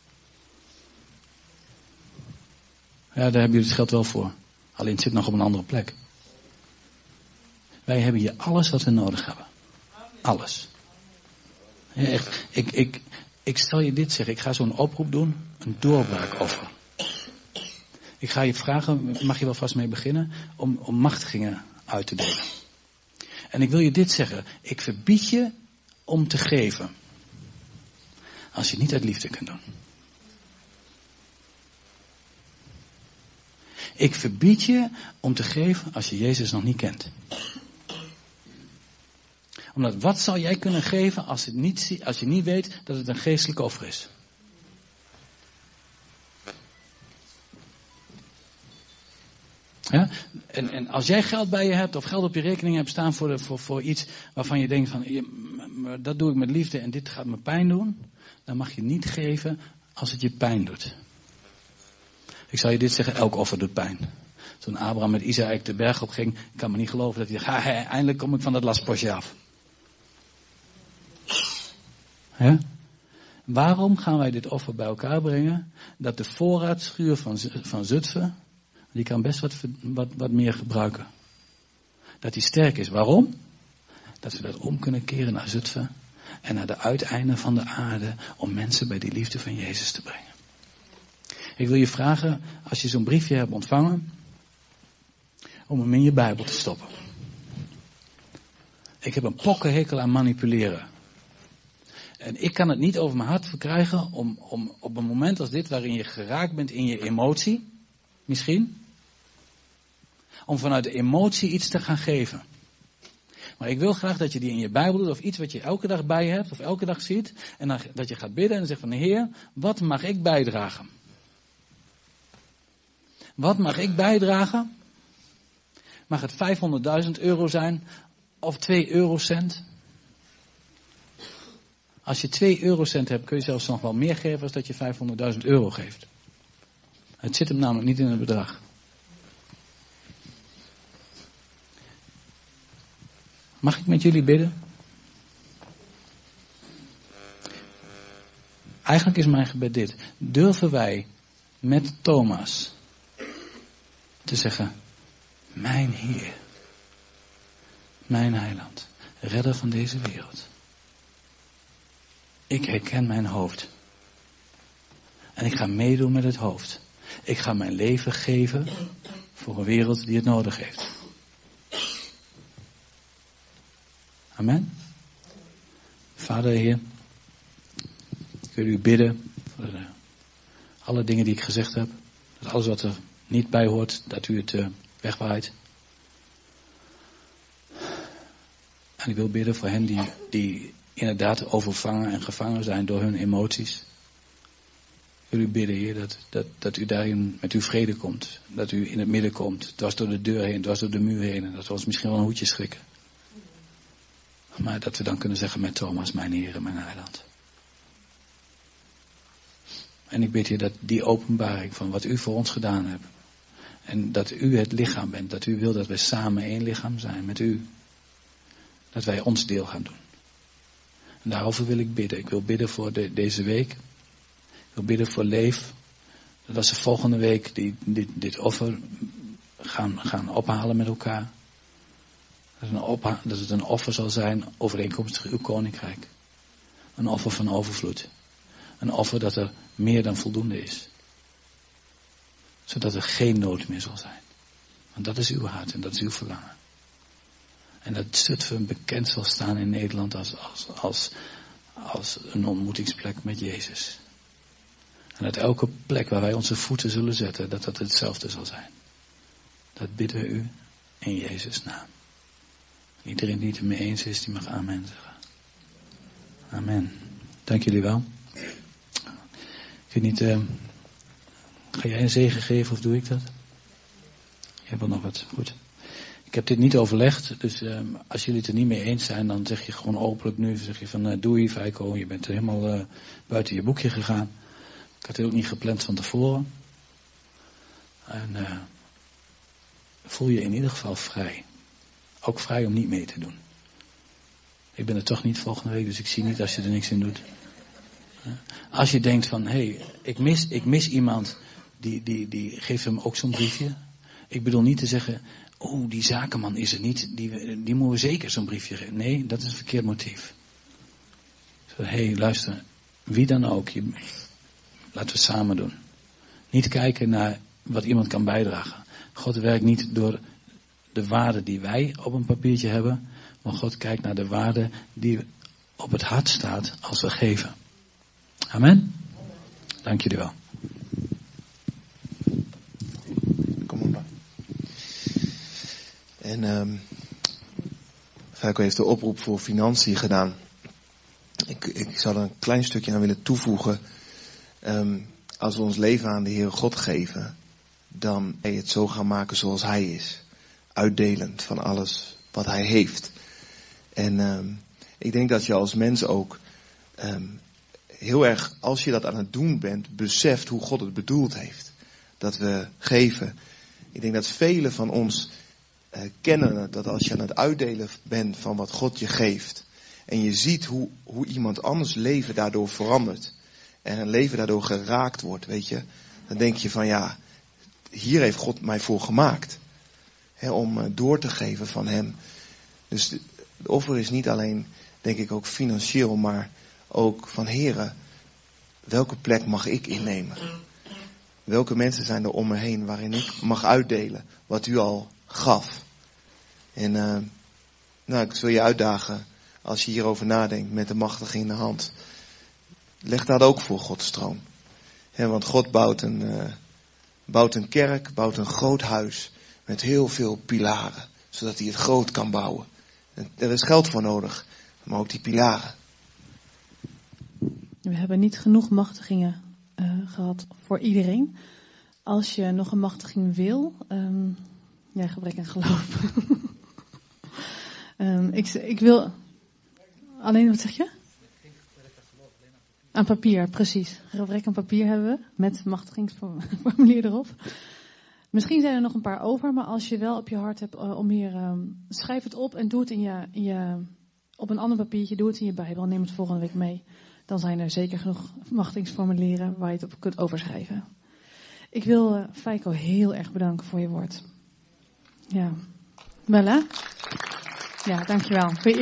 Ja, daar hebben jullie het geld wel voor. Alleen het zit nog op een andere plek. Wij hebben hier alles wat we nodig hebben. Alles. Ja, echt. Ik zal je dit zeggen. Ik ga zo'n oproep doen. Een doorbraakoffer. Ik ga je vragen, mag je wel vast mee beginnen, om machtigingen uit te delen. En ik wil je dit zeggen. Ik verbied je om te geven. Als je het niet uit liefde kunt doen. Ik verbied je om te geven als je Jezus nog niet kent. Omdat wat zal jij kunnen geven als je niet weet dat het een geestelijk offer is? Ja? En als jij geld bij je hebt of geld op je rekening hebt staan voor iets waarvan je denkt van dat doe ik met liefde en dit gaat me pijn doen. Dan mag je niet geven als het je pijn doet. Ik zal je dit zeggen, elk offer doet pijn. Toen Abraham met Isaac de berg op ging, ik kan me niet geloven dat hij dacht, eindelijk kom ik van dat lastpostje af. Ja? Waarom gaan wij dit offer bij elkaar brengen? Dat de voorraadschuur van Zutphen, die kan best wat meer gebruiken. Dat die sterk is. Waarom? Dat we dat om kunnen keren naar Zutphen en naar de uiteinden van de aarde om mensen bij die liefde van Jezus te brengen. Ik wil je vragen, als je zo'n briefje hebt ontvangen, om hem in je Bijbel te stoppen. Ik heb een pokkenhekel aan manipuleren. En ik kan het niet over mijn hart verkrijgen om op een moment als dit, waarin je geraakt bent in je emotie, misschien, om vanuit de emotie iets te gaan geven. Maar ik wil graag dat je die in je Bijbel doet, of iets wat je elke dag bij je hebt, of elke dag ziet, en dan, dat je gaat bidden en zegt van, Heer, wat mag ik bijdragen? Wat mag ik bijdragen? Mag het 500.000 € zijn, of 2 eurocent? Als je 2 eurocent hebt, kun je zelfs nog wel meer geven als dat je 500.000 € geeft. Het zit hem namelijk niet in het bedrag. Mag ik met jullie bidden? Eigenlijk is mijn gebed dit. Durven wij met Thomas te zeggen, mijn Heer, mijn Heiland, redder van deze wereld. Ik herken mijn hoofd. En ik ga meedoen met het hoofd. Ik ga mijn leven geven voor een wereld die het nodig heeft. Amen. Vader, Heer, ik wil u bidden voor alle dingen die ik gezegd heb. Dat alles wat er niet bij hoort, dat u het wegwaait. En ik wil bidden voor hen die inderdaad overvangen en gevangen zijn door hun emoties. Ik wil u bidden, Heer, dat u daarin met uw vrede komt. Dat u in het midden komt, dwars door de deur heen, dwars door de muur heen. En dat we ons misschien wel een hoedje schrikken. Maar dat we dan kunnen zeggen met Thomas, mijn Heer en mijn Heiland. En ik bid, Heer, dat die openbaring van wat u voor ons gedaan hebt. En dat u het lichaam bent. Dat u wil dat wij samen één lichaam zijn met u. Dat wij ons deel gaan doen. En daarover wil ik bidden. Ik wil bidden voor deze week. Ik wil bidden voor Leef. Dat ze volgende week dit offer gaan ophalen met elkaar. Dat het een offer zal zijn overeenkomstig uw koninkrijk. Een offer van overvloed. Een offer dat er meer dan voldoende is. Zodat er geen nood meer zal zijn. Want dat is uw hart en dat is uw verlangen. En dat Zutphen bekend zal staan in Nederland als een ontmoetingsplek met Jezus. En dat elke plek waar wij onze voeten zullen zetten, dat hetzelfde zal zijn. Dat bidden we u in Jezus' naam. Iedereen die het ermee eens is, die mag amen zeggen. Amen. Dank jullie wel. Ik weet niet, ga jij een zegen geven of doe ik dat? Je hebt wel nog wat. Goed. Ik heb dit niet overlegd, dus als jullie het er niet mee eens zijn, dan zeg je gewoon openlijk nu, zeg je van doei Feiko, je bent helemaal buiten je boekje gegaan. Ik had het ook niet gepland van tevoren. En voel je in ieder geval vrij. Ook vrij om niet mee te doen. Ik ben er toch niet volgende week, dus ik zie niet als je er niks in doet. Als je denkt van, hé, ik mis iemand, die geeft hem ook zo'n briefje. Ik bedoel niet te zeggen, oh, die zakenman is er niet, die moeten we zeker zo'n briefje geven. Nee, dat is een verkeerd motief. Hé, luister, wie dan ook, laten we samen doen. Niet kijken naar wat iemand kan bijdragen. God werkt niet door de waarde die wij op een papiertje hebben, maar God kijkt naar de waarde die op het hart staat als we geven. Amen. Dank jullie wel. Kom op. En Feiko heeft de oproep voor financiën gedaan. Ik zou er een klein stukje aan willen toevoegen. Als we ons leven aan de Heere God geven, dan hij het zo gaan maken zoals Hij is. Uitdelend van alles wat Hij heeft. En ik denk dat je als mens ook heel erg, als je dat aan het doen bent, beseft hoe God het bedoeld heeft. Dat we geven. Ik denk dat velen van ons kennen dat als je aan het uitdelen bent van wat God je geeft. En je ziet hoe iemand anders leven daardoor verandert. En een leven daardoor geraakt wordt, weet je. Dan denk je van ja, hier heeft God mij voor gemaakt. Om door te geven van Hem. Dus het offer is niet alleen, denk ik, ook financieel, maar ook van Heere, welke plek mag ik innemen? Welke mensen zijn er om me heen waarin ik mag uitdelen wat U al gaf? En ik wil je uitdagen, als je hierover nadenkt met de machtige in de hand. Leg dat ook voor Gods troon. Want God bouwt een kerk, bouwt een groot huis met heel veel pilaren. Zodat hij het groot kan bouwen. En er is geld voor nodig, maar ook die pilaren. We hebben niet genoeg machtigingen gehad voor iedereen. Als je nog een machtiging wil, gebrek aan geloof. Ik wil alleen, wat zeg je? Aan papier, precies. Gebrek aan papier hebben we, met machtigingsformulier erop. Misschien zijn er nog een paar over, maar als je wel op je hart hebt om hier, schrijf het op en doe het op een ander papiertje, doe het in je Bijbel, neem het volgende week mee. Dan zijn er zeker genoeg machtigingsformulieren waar je het op kunt overschrijven. Ik wil Feiko heel erg bedanken voor je woord. Ja. Bella? Ja, dankjewel.